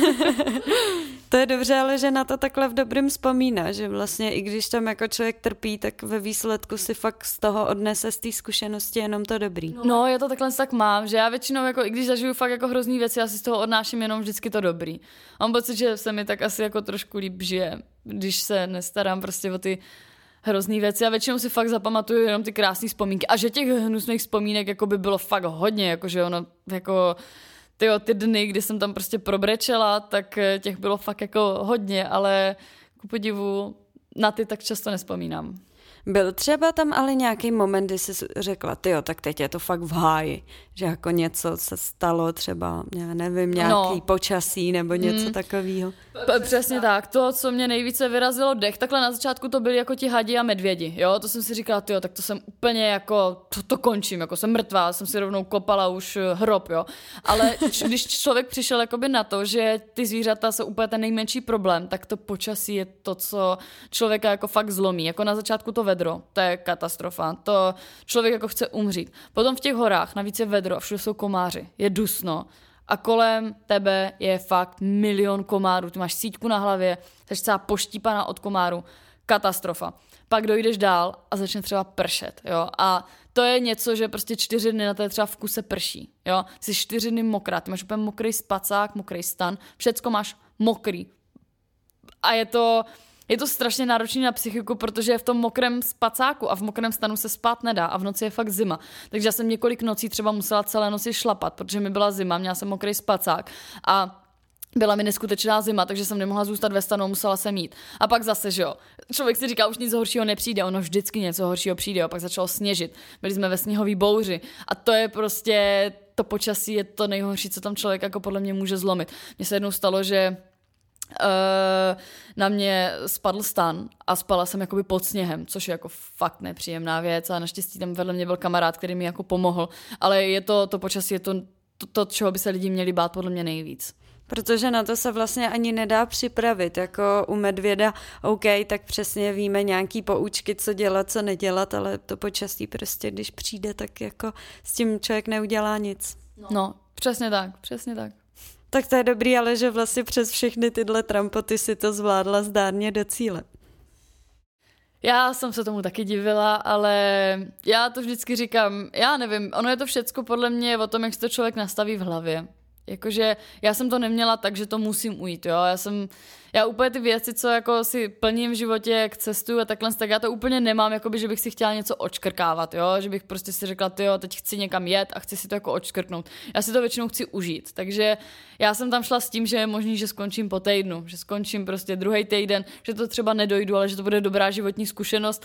To je dobře, ale že na to takhle v dobrým vzpomíná, že vlastně i když tam jako člověk trpí, tak ve výsledku si fakt z toho odnese z té zkušenosti jenom to dobrý. No, já to takhle tak mám, že já většinou, jako, i když zažiju fakt jako hrozný věci, já si z toho odnáším jenom vždycky to dobrý. Mám pocit, že se mi tak asi jako trošku líp žije, když se nestarám prostě o ty hrozný věci a většinou si fakt zapamatuju jenom ty krásné vzpomínky a že těch hnusných vzpomínek jako by bylo fakt hodně, jakože ono jako tyjo, ty dny, kdy jsem tam prostě probrečela, tak těch bylo fakt jako hodně, ale ku podivu na ty tak často nespomínám. Byl třeba tam ale nějaký moment, kdy jsi řekla, tyjo, tak teď je to fakt v háji, že jako něco se stalo třeba, já nevím, nějaký no. počasí nebo něco mm. takového. Přesně tak, to, co mě nejvíce vyrazilo dech, takhle na začátku to byli jako ti hadi a medvědi, jo, to jsem si říkala, tyjo, tak to jsem úplně jako, to, to končím, jako jsem mrtvá, jsem si rovnou kopala už hrob, jo, ale když člověk přišel jakoby na to, že ty zvířata jsou úplně ten nejmenší problém, tak to počasí je to, co člověka jako fakt zlomí, jako na začátku to vedro, to je katastrofa, to člověk jako chce umřít. Potom v těch horách navíc je vedro a všude jsou komáři, je dusno a kolem tebe je fakt milion komárů, ty máš síťku na hlavě, jsi celá poštípaná od komáru, katastrofa. Pak dojdeš dál a začne třeba pršet, jo, a to je něco, že prostě čtyři dny na té třeba v kuse prší, jo, jsi čtyři dny mokrá, ty máš úplně mokrý spacák, mokrý stan, všecko máš mokrý a je to Je to strašně náročné na psychiku, protože je v tom mokrém spacáku a v mokrém stanu se spát nedá a v noci je fakt zima. Takže já jsem několik nocí třeba musela celé noci šlapat, protože mi byla zima, měla jsem mokrý spacák a byla mi neskutečná zima, takže jsem nemohla zůstat ve stanu, musela jsem jít. A pak zase, že jo, člověk si říká, už nic horšího nepřijde, ono vždycky něco horšího přijde, a pak začalo sněžit. Byli jsme ve sněhový bouři a to je prostě, to počasí je to nejhorší, co tam člověk jako podle mě může zlomit. Mně se jednou stalo, že Uh, na mě spadl stan a spala jsem jakoby pod sněhem, což je jako fakt nepříjemná věc a naštěstí tam vedle mě byl kamarád, který mi jako pomohl, ale je to, to počasí je to, to, to čeho by se lidi měli bát podle mě nejvíc. Protože na to se vlastně ani nedá připravit, jako u medvěda, OK, tak přesně víme nějaký poučky, co dělat, co nedělat, ale to počasí prostě, když přijde, tak jako s tím člověk neudělá nic. No, no přesně tak, přesně tak. Tak to je dobrý, ale že vlastně přes všechny tyhle trampoty si to zvládla zdárně do cíle. Já jsem se tomu taky divila, ale já to vždycky říkám, já nevím, ono je to všecko podle mě o tom, jak si to člověk nastaví v hlavě. Jakože já jsem to neměla tak, že to musím ujít, jo, já jsem, já úplně ty věci, co jako si plním v životě, jak cestuju a takhle, tak já to úplně nemám, jakoby, že bych si chtěla něco odškrkávat, jo, že bych prostě si řekla, tyjo, teď chci někam jet a chci si to jako odškrknout. Já si to většinou chci užít, takže já jsem tam šla s tím, že je možný, že skončím po týdnu, že skončím prostě druhý týden, že to třeba nedojdu, ale že to bude dobrá životní zkušenost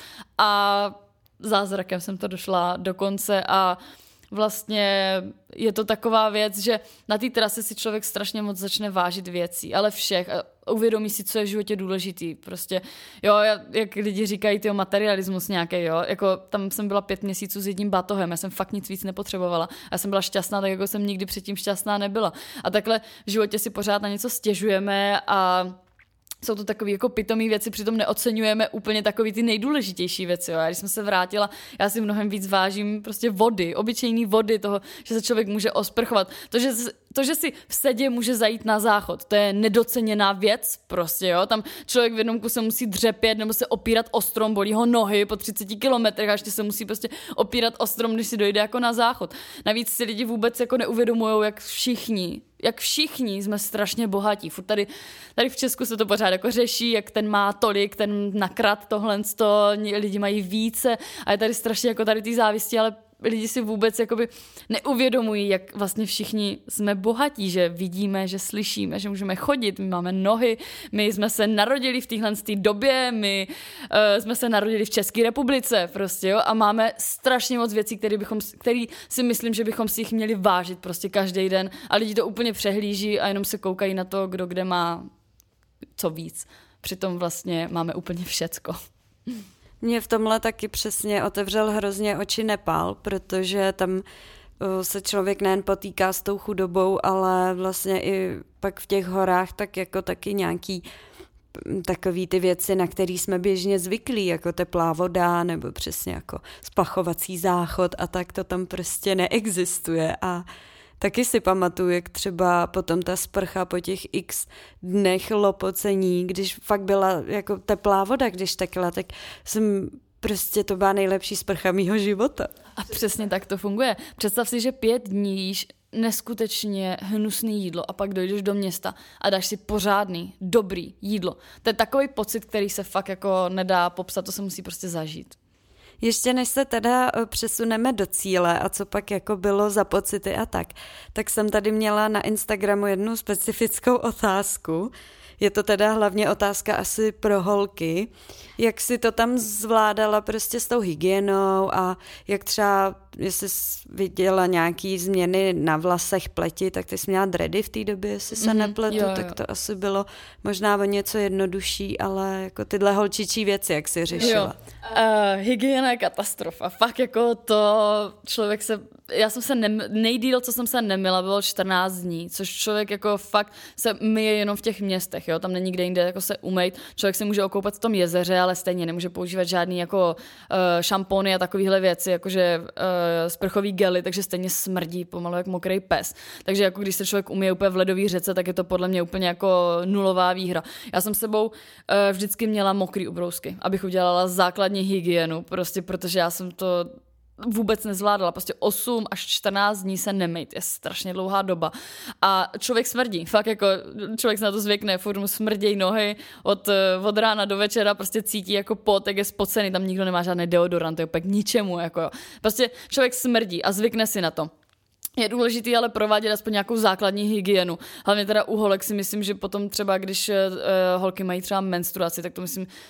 a zázrakem jsem to došla do konce a vlastně je to taková věc, že na té trase si člověk strašně moc začne vážit věcí, ale všech a uvědomí si, co je v životě důležitý. Prostě, jo, jak lidi říkají, tyjo, materialismus nějaký, jo, jako tam jsem byla pět měsíců s jedním batohem, já jsem fakt nic víc nepotřebovala. Já jsem byla šťastná, tak jako jsem nikdy předtím šťastná nebyla. A takhle v životě si pořád na něco stěžujeme a jsou to takové jako pitomé věci, přitom neoceňujeme úplně takový ty nejdůležitější věci. Jo. A když jsem se vrátila, já si mnohem víc vážím prostě vody, obyčejný vody, toho, že se člověk může osprchovat. To, že, to, že si v sedě může zajít na záchod, to je nedoceněná věc prostě, jo. Tam člověk v jednom kuse musí dřepět nebo se opírat o strom, bolí ho nohy po třiceti kilometrech a ještě se musí prostě opírat o strom, když si dojde jako na záchod. Navíc si lidi vůbec jako neuvědomujou, jak všichni jak všichni jsme strašně bohatí. Furt tady, tady v Česku se to pořád jako řeší, jak ten má tolik, ten nakrát tohle, to lidi mají více a je tady strašně jako tady ty závisti, ale lidi si vůbec jakoby neuvědomují, jak vlastně všichni jsme bohatí, že vidíme, že slyšíme, že můžeme chodit, my máme nohy, my jsme se narodili v téhle době, my uh, jsme se narodili v České republice prostě, jo, a máme strašně moc věcí, které bychom, který si myslím, že bychom si jich měli vážit prostě každý den a lidi to úplně přehlíží a jenom se koukají na to, kdo kde má co víc. Přitom vlastně máme úplně všecko. Mě v tomhle taky přesně otevřel hrozně oči Nepál, protože tam se člověk nejen potýká s tou chudobou, ale vlastně i pak v těch horách tak jako taky nějaký takový ty věci, na které jsme běžně zvyklí, jako teplá voda nebo přesně jako spachovací záchod a tak to tam prostě neexistuje a taky si pamatuju, jak třeba potom ta sprcha po těch x dnech lopocení, když fakt byla jako teplá voda, když tekla, tak jsem prostě to byla nejlepší sprcha mýho života. A přesně tak to funguje. Představ si, že pět dní jíš neskutečně hnusný jídlo a pak dojdeš do města a dáš si pořádný, dobrý jídlo. To je takový pocit, který se fakt jako nedá popsat, to se musí prostě zažít. Ještě než se teda přesuneme do cíle a co pak jako bylo za pocity a tak, tak jsem tady měla na Instagramu jednu specifickou otázku. Je to teda hlavně otázka asi pro holky, jak si to tam zvládala prostě s tou hygienou a jak třeba, jestli jsi viděla nějaký změny na vlasech, pleti, tak ty jsi měla dready v té době, jestli se mm, nepletu, jo, jo. Tak to asi bylo možná o něco jednodušší, ale jako tyhle holčičí věci, jak jsi řešila. Uh, hygiena je katastrofa, fakt jako to člověk se, já jsem se ne, nejdýl, co jsem se nemila, bylo čtrnáct dní, což člověk jako fakt se myje jenom v těch městech, jo, tam není kde jinde jako se umýt, člověk se může okoupat v tom jezeře, ale stejně nemůže používat žádný jako uh, šampony a takovéhle věci, jakože uh, sprchový gely, takže stejně smrdí pomalu jak mokrý pes. Takže jako když se člověk umyje úplně v ledové řece, tak je to podle mě úplně jako nulová výhra. Já jsem s sebou uh, vždycky měla mokrý ubrousky, abych udělala základní hygienu, prostě protože já jsem to vůbec nezvládala. Prostě osm až čtrnáct dní se nemejt. Je strašně dlouhá doba. A člověk smrdí. Fakt jako člověk se na to zvykne. Furt mu smrdějí nohy od, od rána do večera. Prostě cítí jako pot, jak je spocený. Tam nikdo nemá žádný deodorant. Je opět k ničemu. Jako jo. Prostě člověk smrdí a zvykne si na to. Je důležitý ale provádět aspoň nějakou základní hygienu. Hlavně teda u holek si myslím, že potom třeba, když uh, holky mají třeba menstruaci, tak to myslím,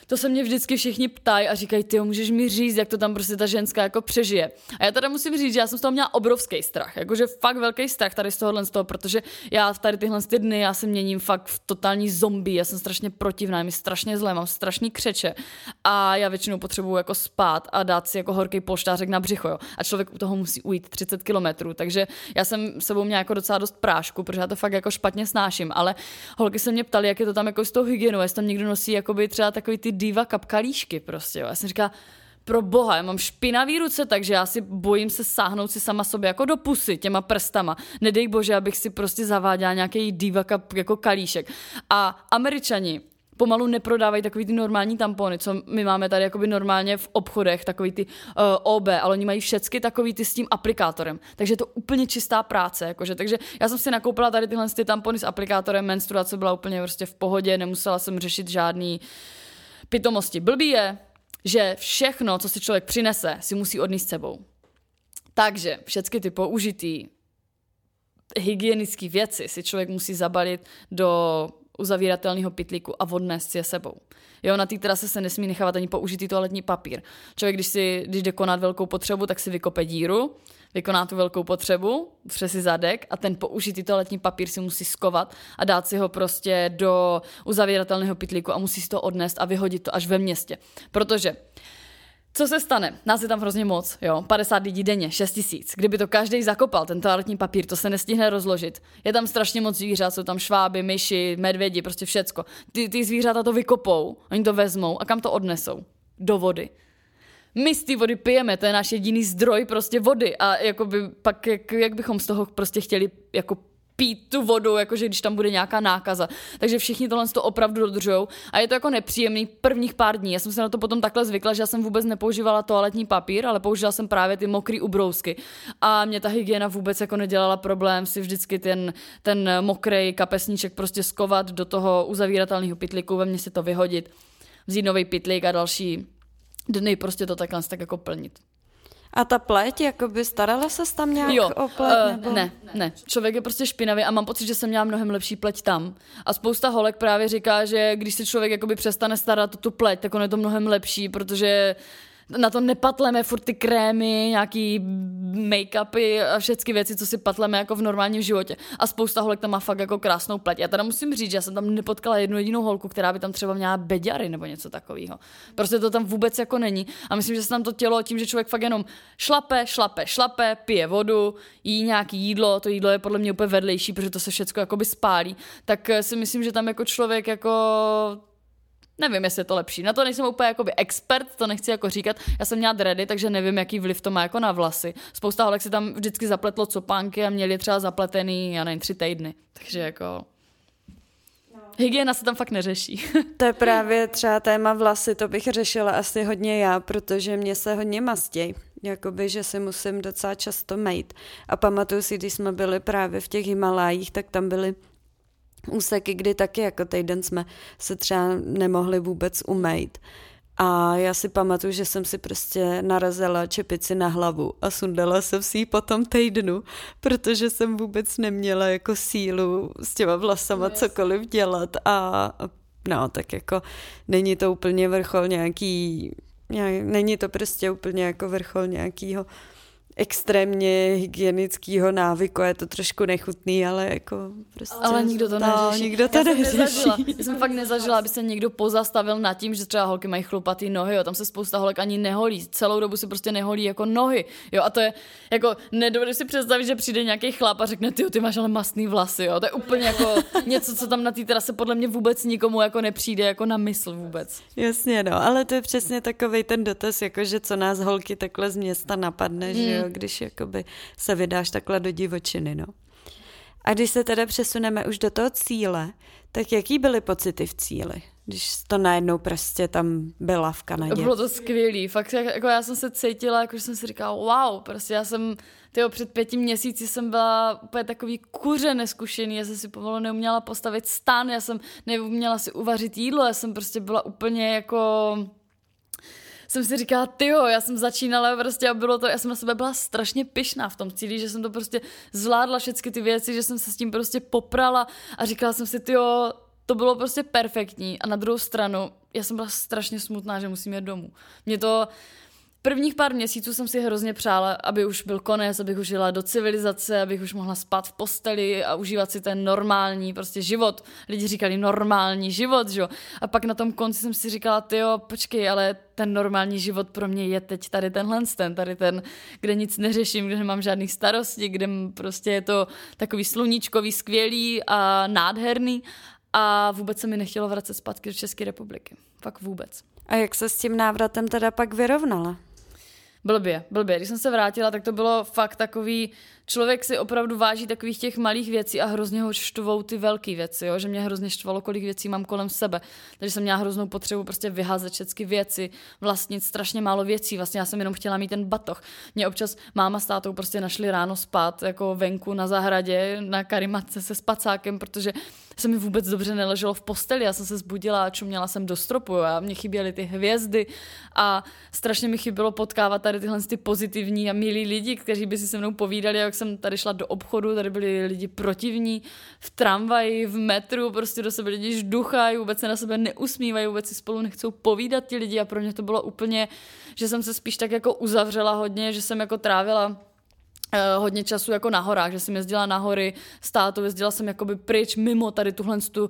to se mě vždycky všichni ptají a říkají, ty můžeš mi říct, jak to tam prostě ta ženská jako přežije. A já teda musím říct, že já jsem z toho měla obrovský strach, jakože fakt velký strach tady z tohohle z toho, protože já v tady tyhle ty dny, já se měním fakt v totální zombie, já jsem strašně protivná, mi strašně zlé, mám strašný křeče a já většinou potřebuju jako spát a dát si jako horký polštářek na břicho, jo. A člověk u toho musí ujít třicet kilometrů, takže já jsem sebou měla jako docela dost prášku, protože já to fakt jako špatně snáším, ale holky se mě ptaly, jak je to tam jako s tou hygienou, jestli tam někdo nosí jakoby třeba takový ty diva kapkalíšky prostě, jo. Já jsem říkala, pro boha, já mám špinavý ruce, takže já si bojím se sáhnout si sama sobě jako do pusy těma prstama. Nedej bože, abych si prostě zaváděla nějaký diva kap, jako kalíšek. A Američani pomalu neprodávají takový ty normální tampony, co my máme tady jakoby normálně v obchodech, takový ty uh, O B, ale oni mají všechny takový ty s tím aplikátorem. Takže je to úplně čistá práce, jakože. Takže já jsem si nakoupila tady tyhle ty tampony s aplikátorem, menstruace byla úplně prostě v pohodě, nemusela jsem řešit žádný pitomosti. Blbý je, že všechno, co si člověk přinese, si musí odníst sebou. Takže všechny ty použitý hygienické věci si člověk musí zabalit do uzavíratelného pytlíku a odnést si je sebou. Jo, na té terase se nesmí nechávat ani použitý toaletní papír. Člověk, když, si, když jde konat velkou potřebu, tak si vykope díru, vykoná tu velkou potřebu, utře si zadek a ten použitý toaletní papír si musí skovat a dát si ho prostě do uzavíratelného pytlíku a musí si to odnést a vyhodit to až ve městě. Protože co se stane? Nás je tam hrozně moc, jo, padesát lidí denně, šest tisíc. Kdyby to každý zakopal, ten toaletní papír, to se nestihne rozložit. Je tam strašně moc zvířat, jsou tam šváby, myši, medvědi, prostě všecko. Ty, ty zvířata to vykopou, oni to vezmou a kam to odnesou? Do vody. My z té vody pijeme, to je náš jediný zdroj prostě vody a jakoby pak jak, jak bychom z toho prostě chtěli jako pít tu vodu, jakože když tam bude nějaká nákaza. Takže všichni tohle to opravdu dodržujou a je to jako nepříjemný prvních pár dní. Já jsem se na to potom takhle zvykla, že já jsem vůbec nepoužívala toaletní papír, ale použila jsem právě ty mokrý ubrousky. A mě ta hygiena vůbec jako nedělala problém si vždycky ten, ten mokrý kapesníček prostě skovat do toho uzavíratelného pytlíku, ve mně si to vyhodit, vzít nový pytlík a další dny prostě to takhle tak jako plnit. A ta pleť, jakoby starala ses tam nějak jo, o pleť? Uh, nebo? Ne, ne. Člověk je prostě špinavý a mám pocit, že jsem měla mnohem lepší pleť tam. A spousta holek právě říká, že když se člověk jakoby přestane starat o tu pleť, tak on je to mnohem lepší, protože na to nepatleme furt ty krémy, nějaký make-upy a všechny věci, co si patleme jako v normálním životě. A spousta holek tam má fakt jako krásnou pleť. Já teda musím říct, že já jsem tam nepotkala jednu jedinou holku, která by tam třeba měla beďary nebo něco takového. Prostě to tam vůbec jako není. A myslím, že se tam to tělo tím, že člověk fakt jenom šlape, šlape, šlape, pije vodu, jí nějaký jídlo, to jídlo je podle mě úplně vedlejší, protože to se všechno jakoby spálí. Tak si myslím, že tam jako člověk jako nevím, jestli je to lepší. Na to nejsem úplně jakoby expert, to nechci jako říkat. Já jsem měla dready, takže nevím, jaký vliv to má jako na vlasy. Spousta holek si tam vždycky zapletlo copánky a měli třeba zapletený, já nevím, tři týdny. Takže jako no. Hygiena se tam fakt neřeší. To je právě třeba téma vlasy, to bych řešila asi hodně já, protože mě se hodně mastěj. Jakoby, že si musím docela často mejt. A pamatuju si, když jsme byli právě v těch Himalájích, tak tam byly úseky, kdy taky jako týden jsme se třeba nemohli vůbec umejt. A já si pamatuju, že jsem si prostě narazila čepici na hlavu a sundala jsem si ji po tom týdnu, protože jsem vůbec neměla jako sílu s těma vlasama no, cokoliv dělat a no, tak jako není to úplně vrchol nějaký, není to prostě úplně jako vrchol nějakýho extrémně hygienického návyku, je to trošku nechutný, ale jako prostě... Ale nikdo to neřeší. No, nikdo to já neřeší. Nezažila. Já jsem fakt nezažila, aby se někdo pozastavil nad tím, že třeba holky mají chlupatý nohy, jo, tam se spousta holek ani neholí, celou dobu si prostě neholí jako nohy, jo, a to je jako, nedovedu si představit, že přijde nějaký chlap a řekne, ty, ty máš ale mastný vlasy, jo, to je úplně jako něco, co tam na té terase podle mě vůbec nikomu jako nepřijde jako na mysl vůbec. Jasně, no, ale to je přesně takovej ten dotaz, jako že co nás holky takhle z města napadne, hmm. že jo, když jakoby se vydáš takhle do divočiny, no. A když se teda přesuneme už do toho cíle, tak jaký byly pocity v cíli, když to najednou prostě tam byla v Kanadě? Bylo to skvělý, fakt jako já jsem se cítila, jako že jsem si říkala, wow, prostě já jsem, tyjo, před pěti měsíci jsem byla úplně takový kuře neskušený, já jsem si pomalu neuměla postavit stan, já jsem neuměla si uvařit jídlo, já jsem prostě byla úplně jako... jsem si říkala, tyjo, já jsem začínala prostě a bylo to, já jsem na sebe byla strašně pyšná v tom cíli, že jsem to prostě zvládla všechny ty věci, že jsem se s tím prostě poprala a říkala jsem si, tyjo, to bylo prostě perfektní a na druhou stranu já jsem byla strašně smutná, že musím jít domů. Mě to prvních pár měsíců jsem si hrozně přála, aby už byl konec, abych už jela do civilizace, abych už mohla spát v posteli a užívat si ten normální prostě život. Lidi říkali normální život, že jo. A pak na tom konci jsem si říkala, tyjo, počkej, ale ten normální život pro mě je teď tady tenhle ten, tady ten, kde nic neřeším, kde nemám žádných starostí, kde prostě je to takový sluníčkový, skvělý a nádherný a vůbec se mi nechtělo vracet zpátky do České republiky. Fakt vůbec. A jak se s tím návratem teda pak vyrovnala? Blbě, blbě. Když jsem se vrátila, tak to bylo fakt takový, člověk si opravdu váží takových těch malých věcí a hrozně ho štvou ty velké věci, jo? Že mě hrozně štvalo, kolik věcí mám kolem sebe. Takže jsem měla hroznou potřebu prostě vyházet všechny věci, vlastnit strašně málo věcí. Vlastně já jsem jenom chtěla mít ten batoh. Mě občas máma s tátou prostě našli ráno spát jako venku na zahradě, na karimatce se spacákem, protože se mi vůbec dobře neleželo v posteli. Já jsem se zbudila a čuměla jsem do stropu a mě chyběly ty hvězdy a strašně mi chybělo potkávat tady tyhle ty pozitivní a milí lidi, kteří by si se mnou povídali, jak jsem tady šla do obchodu, tady byli lidi protivní, v tramvaji, v metru, prostě do sebe lidi žduchají, vůbec se na sebe neusmívají, vůbec si spolu nechcou povídat ti lidi a pro mě to bylo úplně, že jsem se spíš tak jako uzavřela hodně, že jsem jako trávila hodně času jako na horách, že jsem jezdila na hory s tátou, jezdila jsem jakoby pryč mimo tady tuhle tu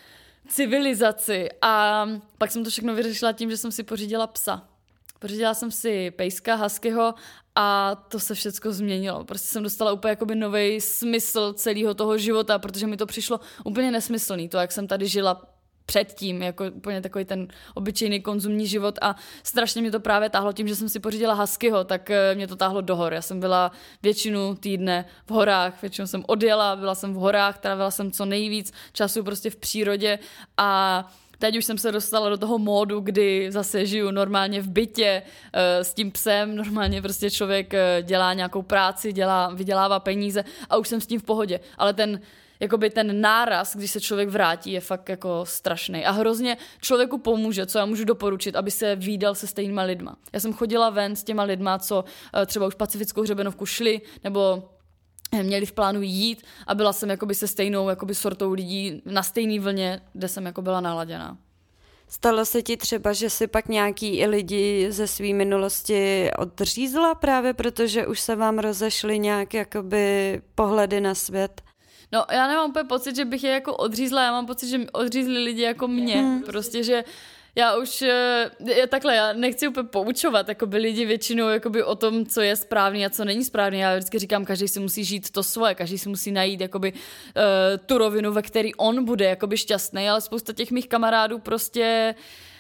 civilizaci a pak jsem to všechno vyřešila tím, že jsem si pořídila psa. Pořídila jsem si pejska, huskyho a to se všecko změnilo. Prostě jsem dostala úplně jakoby nový smysl celého toho života, protože mi to přišlo úplně nesmyslný, to, jak jsem tady žila předtím, jako úplně takový ten obyčejný konzumní život a strašně mě to právě táhlo tím, že jsem si pořídila huskyho, tak mě to táhlo do hor. Já jsem byla většinu týdne v horách, většinou jsem odjela, byla jsem v horách, trávila jsem co nejvíc času prostě v přírodě a teď už jsem se dostala do toho módu, kdy zase žiju normálně v bytě s tím psem, normálně prostě člověk dělá nějakou práci, dělá, vydělává peníze a už jsem s tím v pohodě, ale ten jakoby ten náraz, když se člověk vrátí, je fakt jako strašný. A hrozně člověku pomůže, co já můžu doporučit, aby se vídal se stejnýma lidma. Já jsem chodila ven s těma lidma, co třeba už Pacifickou hřebenovku šli, nebo měli v plánu jít a byla jsem jakoby se stejnou jakoby sortou lidí na stejný vlně, kde jsem jako byla naladěná. Stalo se ti třeba, že si pak nějaký i lidi ze své minulosti odřízla právě protože už se vám rozešly nějak jakoby pohledy na svět? No, já nemám úplně pocit, že bych je jako odřízla, já mám pocit, že odřízli lidi jako mě. Hmm. Prostě, že já už, já takhle, já nechci úplně poučovat jakoby lidi většinou jakoby o tom, co je správný a co není správný. Já vždycky říkám, každý si musí žít to svoje, každý si musí najít jakoby uh, tu rovinu, ve který on bude jakoby šťastný, ale spousta těch mých kamarádů prostě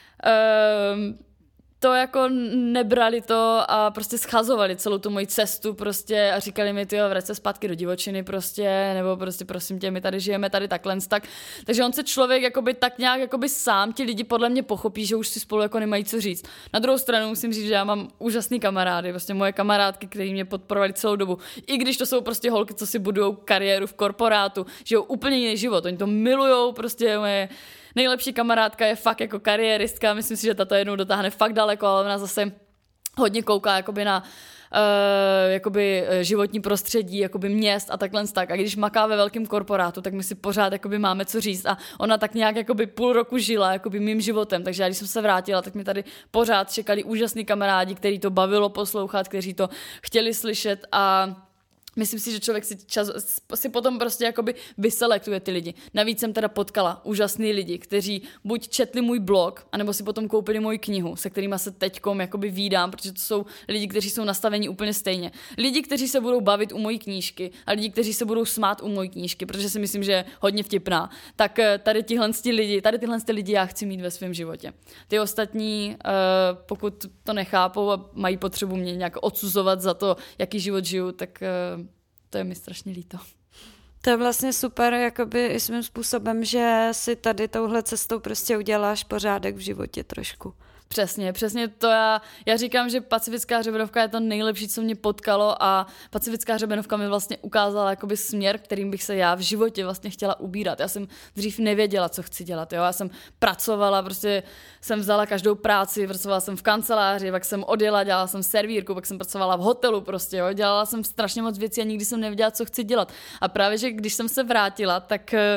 uh, to jako nebrali to a prostě schazovali celou tu moji cestu prostě a říkali mi, tyjo, vrať se zpátky do divočiny prostě, nebo prostě prosím tě, my tady žijeme tady takhle, tak. Takže on se člověk jakoby tak nějak jakoby sám, ti lidi podle mě pochopí, že už si spolu jako nemají co říct. Na druhou stranu musím říct, že já mám úžasný kamarády, prostě moje kamarádky, které mě podporovali celou dobu. I když to jsou prostě holky, co si budujou kariéru v korporátu, žijou úplně jiný život, oni to milujou, prostě moje nejlepší kamarádka je fakt jako kariéristka, myslím si, že tato jednou dotáhne fakt daleko, ale ona zase hodně kouká jakoby na uh, jakoby životní prostředí, jakoby měst a takhle tak. A když maká ve velkém korporátu, tak my si pořád jakoby máme co říct a ona tak nějak jakoby půl roku žila jakoby mým životem, takže já když jsem se vrátila, tak mi tady pořád čekali úžasní kamarádi, který to bavilo poslouchat, kteří to chtěli slyšet a myslím si, že člověk si, čas, si potom prostě jakoby vyselektuje ty lidi. Navíc jsem teda potkala úžasný lidi, kteří buď četli můj blog, anebo si potom koupili moji knihu, se kterýma se teďkom jakoby vídám, protože to jsou lidi, kteří jsou nastaveni úplně stejně. Lidi, kteří se budou bavit u mojí knížky a lidi, kteří se budou smát u mojí knížky, protože si myslím, že je hodně vtipná. Tak tady tihle lidi, tady tyhle lidi já chci mít ve svém životě. Ty ostatní, pokud to nechápou a mají potřebu mě nějak odsuzovat za to, jaký život žiju, tak to je mi strašně líto. To je vlastně super, jakoby i svým způsobem, že si tady touhle cestou prostě uděláš pořádek v životě trošku. Přesně, přesně to já, já říkám, že Pacifická hřebenovka je to nejlepší, co mě potkalo a Pacifická hřebenovka mi vlastně ukázala jakoby směr, kterým bych se já v životě vlastně chtěla ubírat. Já jsem dřív nevěděla, co chci dělat, jo? Já jsem pracovala, prostě jsem vzala každou práci, pracovala jsem v kanceláři, pak jsem odjela, dělala jsem servírku, pak jsem pracovala v hotelu prostě, jo? Dělala jsem strašně moc věcí a nikdy jsem nevěděla, co chci dělat. A právě, že když jsem se vrátila, tak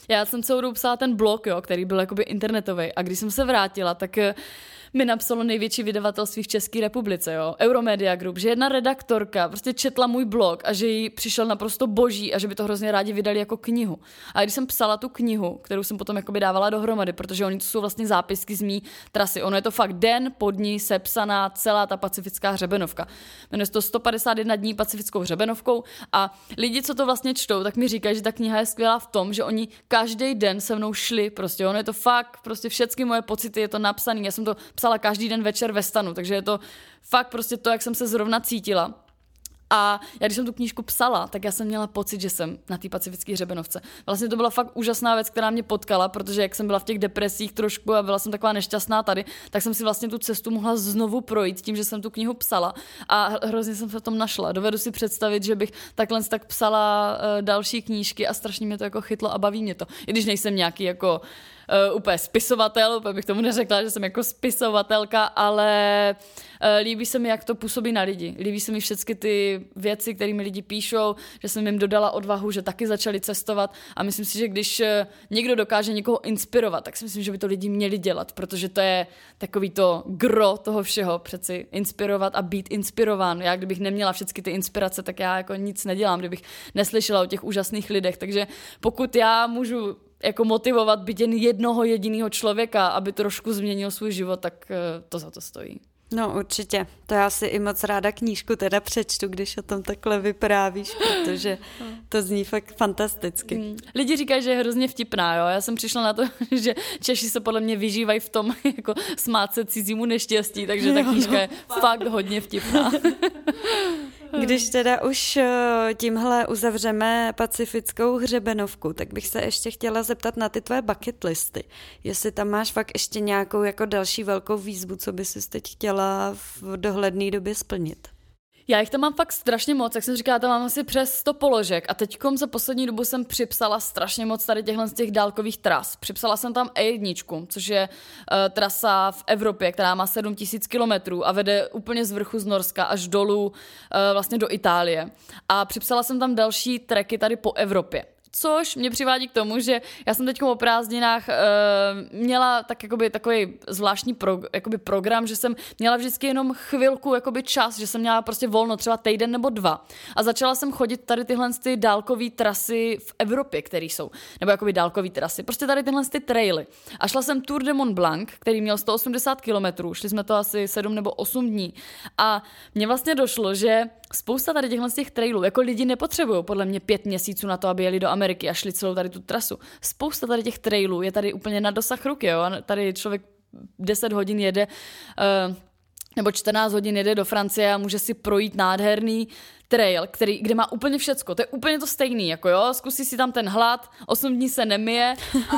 Já jsem celou dobu psala ten blog, jo, který byl jakoby internetový, a když jsem se vrátila, tak mi napsalo největší vydavatelství v České republice, jo, Euromedia Group, že jedna redaktorka prostě četla můj blog a že jí přišel naprosto boží a že by to hrozně rádi vydali jako knihu. A když jsem psala tu knihu, kterou jsem potom jakoby dávala dohromady, protože oni to jsou vlastně zápisky z mý trasy. Ono je to fakt den po dní sepsaná celá ta pacifická hřebenovka. Jmenuje se to sto padesát jedna dní pacifickou hřebenovkou a lidi, co to vlastně čtou, tak mi říkají, že ta kniha je skvělá v tom, že oni každý den se mnou šli, prostě ono je to fakt, prostě všechny moje pocity, je to napsané. Já jsem to psala každý den večer ve stanu, takže je to fakt prostě to, jak jsem se zrovna cítila. A já, když jsem tu knížku psala, tak já jsem měla pocit, že jsem na té pacifické hřebenovce. Vlastně to byla fakt úžasná věc, která mě potkala, protože jak jsem byla v těch depresích trošku a byla jsem taková nešťastná tady, tak jsem si vlastně tu cestu mohla znovu projít tím, že jsem tu knihu psala a hrozně jsem se v tom našla. Dovedu si představit, že bych takhle tak psala uh, další knížky a strašně mě to jako chytlo a baví mě to. I když nejsem nějaký jako Uh, úplně spisovatel, úplně bych tomu neřekla, že jsem jako spisovatelka, ale uh, líbí se mi, jak to působí na lidi. Líbí se mi všechny ty věci, které mi lidi píšou, že jsem jim dodala odvahu, že taky začali cestovat a myslím si, že když uh, někdo dokáže někoho inspirovat, tak si myslím, že by to lidi měli dělat, protože to je takový to gro toho všeho, přeci inspirovat a být inspirován. Já kdybych neměla všechny ty inspirace, tak já jako nic nedělám, kdybych neslyšela o těch úžasných lidech, takže pokud já můžu jako motivovat být jen jednoho jediného člověka, aby trošku změnil svůj život, tak to za to stojí. No určitě, to já si i moc ráda knížku teda přečtu, když o tom takhle vyprávíš, protože to zní fakt fantasticky. Hmm. Lidi říkají, že je hrozně vtipná, jo. Já jsem přišla na to, že Češi se podle mě vyžívají v tom jako smát se cizímu neštěstí, takže ta knížka jo, no. je fakt hodně vtipná. Když teda už tímhle uzavřeme pacifickou hřebenovku, tak bych se ještě chtěla zeptat na ty tvoje bucket listy. Jestli tam máš fakt ještě nějakou jako další velkou výzvu, co by si teď chtěla v dohledné době splnit? Já jich tam mám fakt strašně moc, jak jsem říkala, tam mám asi přes sto položek a teďkom za poslední dobu jsem připsala strašně moc tady těchhle z těch dálkových tras. Připsala jsem tam E jedna, což je uh, trasa v Evropě, která má sedm tisíc kilometrů a vede úplně z vrchu z Norska až dolů uh, vlastně do Itálie. A připsala jsem tam další treky tady po Evropě. Což mě přivádí k tomu, že já jsem teď o prázdninách e, měla tak jakoby takový zvláštní pro, jakoby program, že jsem měla vždycky jenom chvilku jakoby čas, že jsem měla prostě volno třeba týden nebo dva. A začala jsem chodit tady tyhle ty dálkové trasy v Evropě, které jsou. Nebo jakoby dálkové trasy. Prostě tady tyhle ty traily. A šla jsem Tour de Mont Blanc, který měl sto osmdesát kilometrů. Šli jsme to asi sedm nebo osm dní. A mně vlastně došlo, že spousta tady těchhle z těch trailů, jako lidi nepotřebují podle mě pět měsíců na to, aby jeli do Ameriky a šli celou tady tu trasu. Spousta tady těch trailů je tady úplně na dosah ruky, jo. Tady člověk deset hodin jede, uh, nebo čtrnáct hodin jede do Francie a může si projít nádherný trail, který, kde má úplně všecko. To je úplně to stejný, jako jo, zkusí si tam ten hlad, osm dní se nemije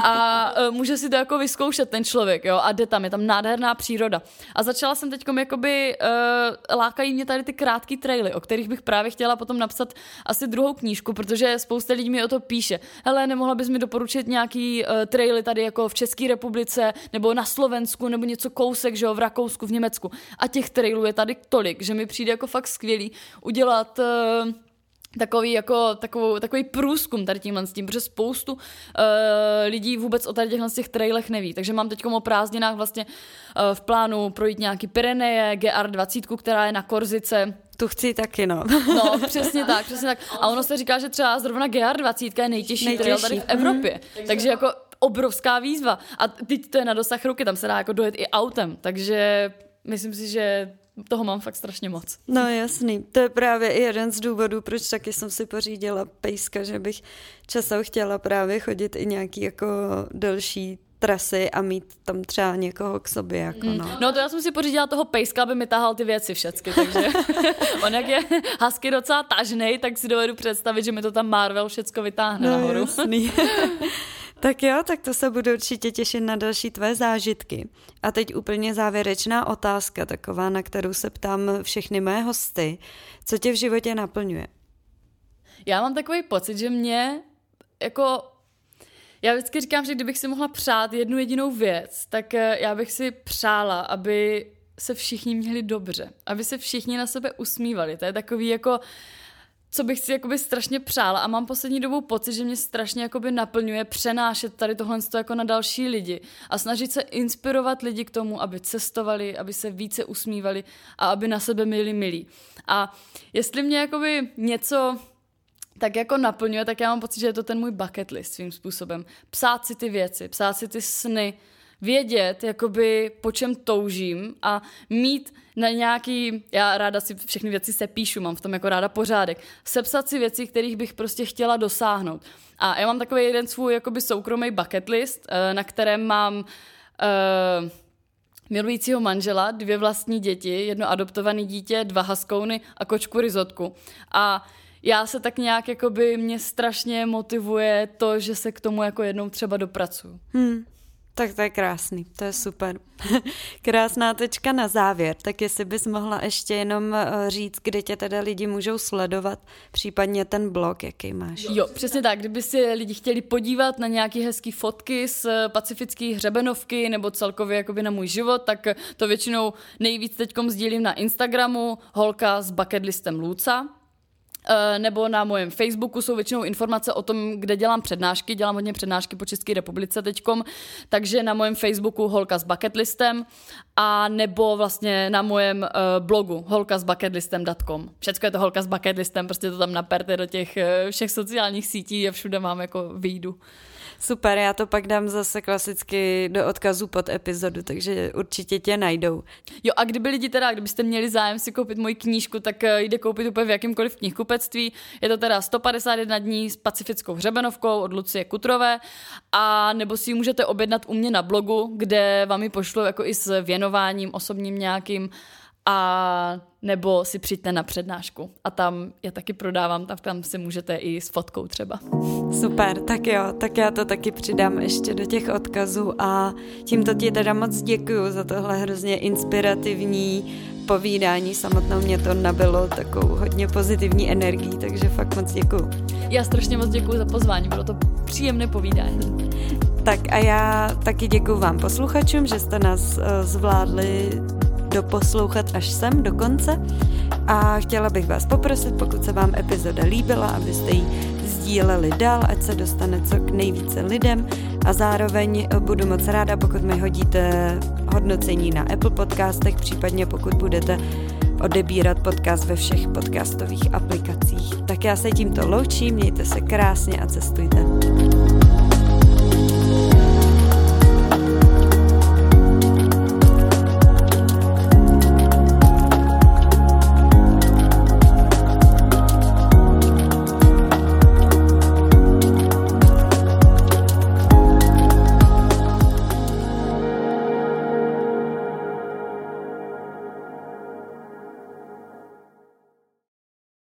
a uh, může si to jako vyzkoušet ten člověk, jo, a jde tam, je tam nádherná příroda. A začala jsem teďkom jakoby, uh, lákají mě tady ty krátký traily, o kterých bych právě chtěla potom napsat asi druhou knížku, protože spousta lidí mi o to píše. Hele, nemohla bys mi doporučit nějaký uh, traily tady jako v České republice, nebo na Slovensku, nebo něco kousek, že jo, v Rakousku, v Německu. A těch trailů je tady tolik, že mi přijde jako fakt skvělý udělat takový, jako, takovou, takový průzkum tady tímhle s tím, protože spoustu uh, lidí vůbec o tady těchhle z těch trailech neví. Takže mám teď o prázdninách vlastně uh, v plánu projít nějaký Pyreneje, G R dvacet, která je na Korzice. Tu chci taky, no. No, přesně tak, přesně tak. A ono se říká, že třeba zrovna G R dvacet je nejtěžší, nejtěžší. trail tady v Evropě. Mm. Takže jako obrovská výzva. A teď to je na dosah ruky, tam se dá jako dojet i autem. Takže myslím si, že toho mám fakt strašně moc. No jasný, to je právě i jeden z důvodů, proč taky jsem si pořídila pejska, že bych časem chtěla právě chodit i nějaký jako delší trasy a mít tam třeba někoho k sobě. Jako no. Mm. no to já jsem si pořídila toho pejska, aby mi tahal ty věci všecky, takže on jak je husky docela tažnej, tak si dovedu představit, že mi to tam Marvel všecko vytáhne no, nahoru. Jasný. Tak jo, tak to se budu určitě těšit na další tvé zážitky. A teď úplně závěrečná otázka, taková, na kterou se ptám všechny moje hosty. Co tě v životě naplňuje? Já mám takový pocit, že mě jako... Já vždycky říkám, že kdybych si mohla přát jednu jedinou věc, tak já bych si přála, aby se všichni měli dobře. Aby se všichni na sebe usmívali. To je takový jako... co bych si jakoby strašně přála a mám poslední dobou pocit, že mě strašně jakoby naplňuje přenášet tady tohle jako na další lidi a snažit se inspirovat lidi k tomu, aby cestovali, aby se více usmívali a aby na sebe měli milí. A jestli mě jakoby něco tak jako naplňuje, tak já mám pocit, že je to ten můj bucket list svým způsobem. Psát si ty věci, psát si ty sny, vědět, jakoby po čem toužím a mít na nějaký, já ráda si všechny věci sepíšu, mám v tom jako ráda pořádek, sepsat si věci, kterých bych prostě chtěla dosáhnout. A já mám takový jeden svůj jakoby soukromý bucket list, na kterém mám uh, milujícího manžela, dvě vlastní děti, jedno adoptované dítě, dva haskouny a kočku rizotku. A já se tak nějak, jakoby mě strašně motivuje to, že se k tomu jako jednou třeba dopracuju. Hmm. Tak to je krásný, to je super. Krásná tečka na závěr, tak jestli bys mohla ještě jenom říct, kde tě teda lidi můžou sledovat, případně ten blog, jaký máš. Jo, přesně tak, kdyby si lidi chtěli podívat na nějaké hezké fotky z pacifické hřebenovky nebo celkově jakoby na můj život, tak to většinou nejvíc teďkom sdílím na Instagramu, holka s bucketlistem Luca. Nebo na mém Facebooku jsou většinou informace o tom, kde dělám přednášky, dělám hodně přednášky po České republice teďkom, takže na mém Facebooku Holka s bucketlistem a nebo vlastně na mém uh, blogu holka s bucketlistem tečka com. Všecko je to Holka s bucketlistem, prostě to tam naperte do těch uh, všech sociálních sítí a všude mám jako výjdu. Super, já to pak dám zase klasicky do odkazu pod epizodu, takže určitě tě najdou. Jo a kdyby lidi teda, kdybyste měli zájem si koupit moji knížku, tak jde koupit úplně v jakýmkoliv knihkupectví. Je to teda sto padesát jedna dní s pacifickou hřebenovkou od Lucie Kutrové a nebo si ji můžete objednat u mě na blogu, kde vám ji pošlu jako i s věnováním osobním nějakým a nebo si přijďte na přednášku. A tam já taky prodávám, tak tam si můžete i s fotkou třeba. Super, tak jo, tak já to taky přidám ještě do těch odkazů a tímto ti teda moc děkuju za tohle hrozně inspirativní povídání. Samotnou mě to nabilo takovou hodně pozitivní energií, takže fakt moc děkuju. Já strašně moc děkuju za pozvání, bylo to příjemné povídání. Tak a já taky děkuju vám posluchačům, že jste nás uh, zvládli doposlouchat až sem do konce a chtěla bych vás poprosit, pokud se vám epizoda líbila, abyste ji sdíleli dál, ať se dostane co k nejvíce lidem a zároveň budu moc ráda, pokud mi hodíte hodnocení na Apple podcastech, případně pokud budete odebírat podcast ve všech podcastových aplikacích. Tak já se tímto loučím, mějte se krásně a cestujte.